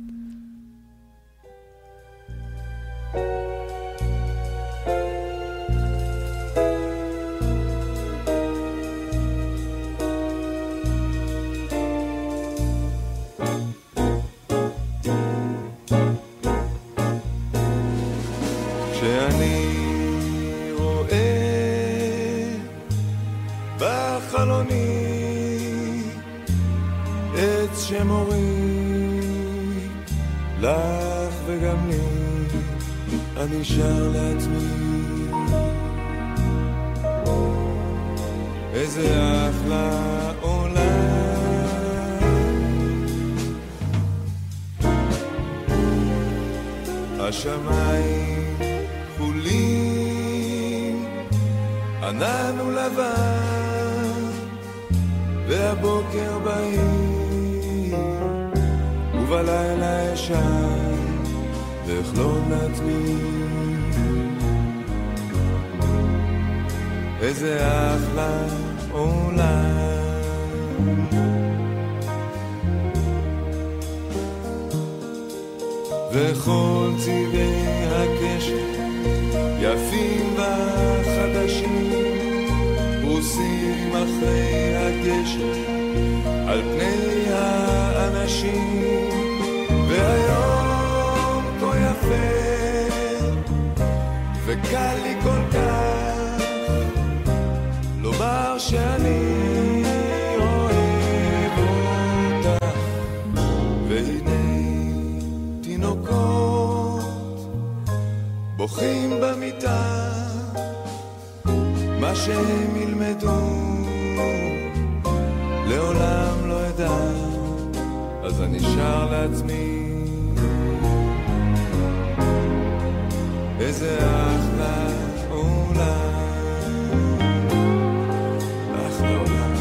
כשאני עץ שמוריד לך וגם לי, אני שר לעצמי איזה אחלה עולם. השמיים כחולים, ענן ולבן, והבוקר בהיר, ובלילה ישן, ואחלום לעצמי איזה אחלה עולם. וכל צבעי הקשת יפים וחדשים, פרוסים אחרי הגשם על פני האנשים, והיום כה יפה וקל לי כל כך לומר שאני אוהב אותך. והנה תינוקות בוכים במיטה, מה שהם ילמדו לעולם לא ידע, אז אני שר לעצמי איזה אחלה עולם, אחלה עולם.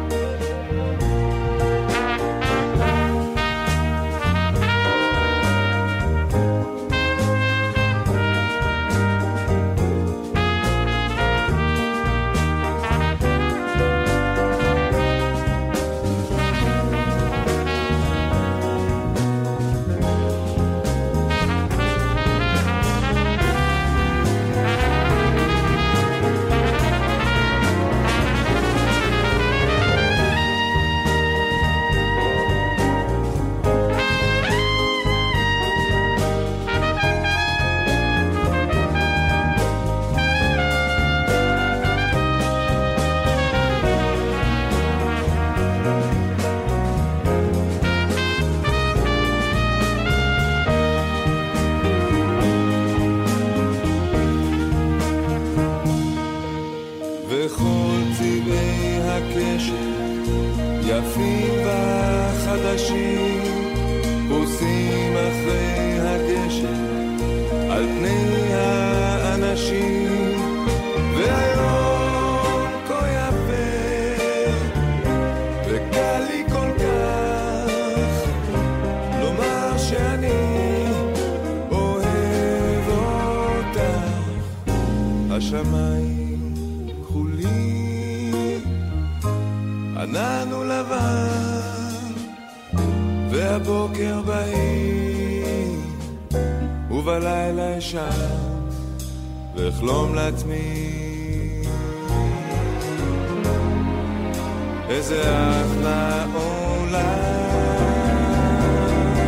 יפים וחדשים פרוסים אחרי הגשם על פני האנשים, והיום כה יפה וקל לי כל כך לומר שאני אוהב אותך. השמיים כחולים, ענן ולבן, והבוקר בהיר, ובלילה ישן, ואחלום לעצמי איזה אחלה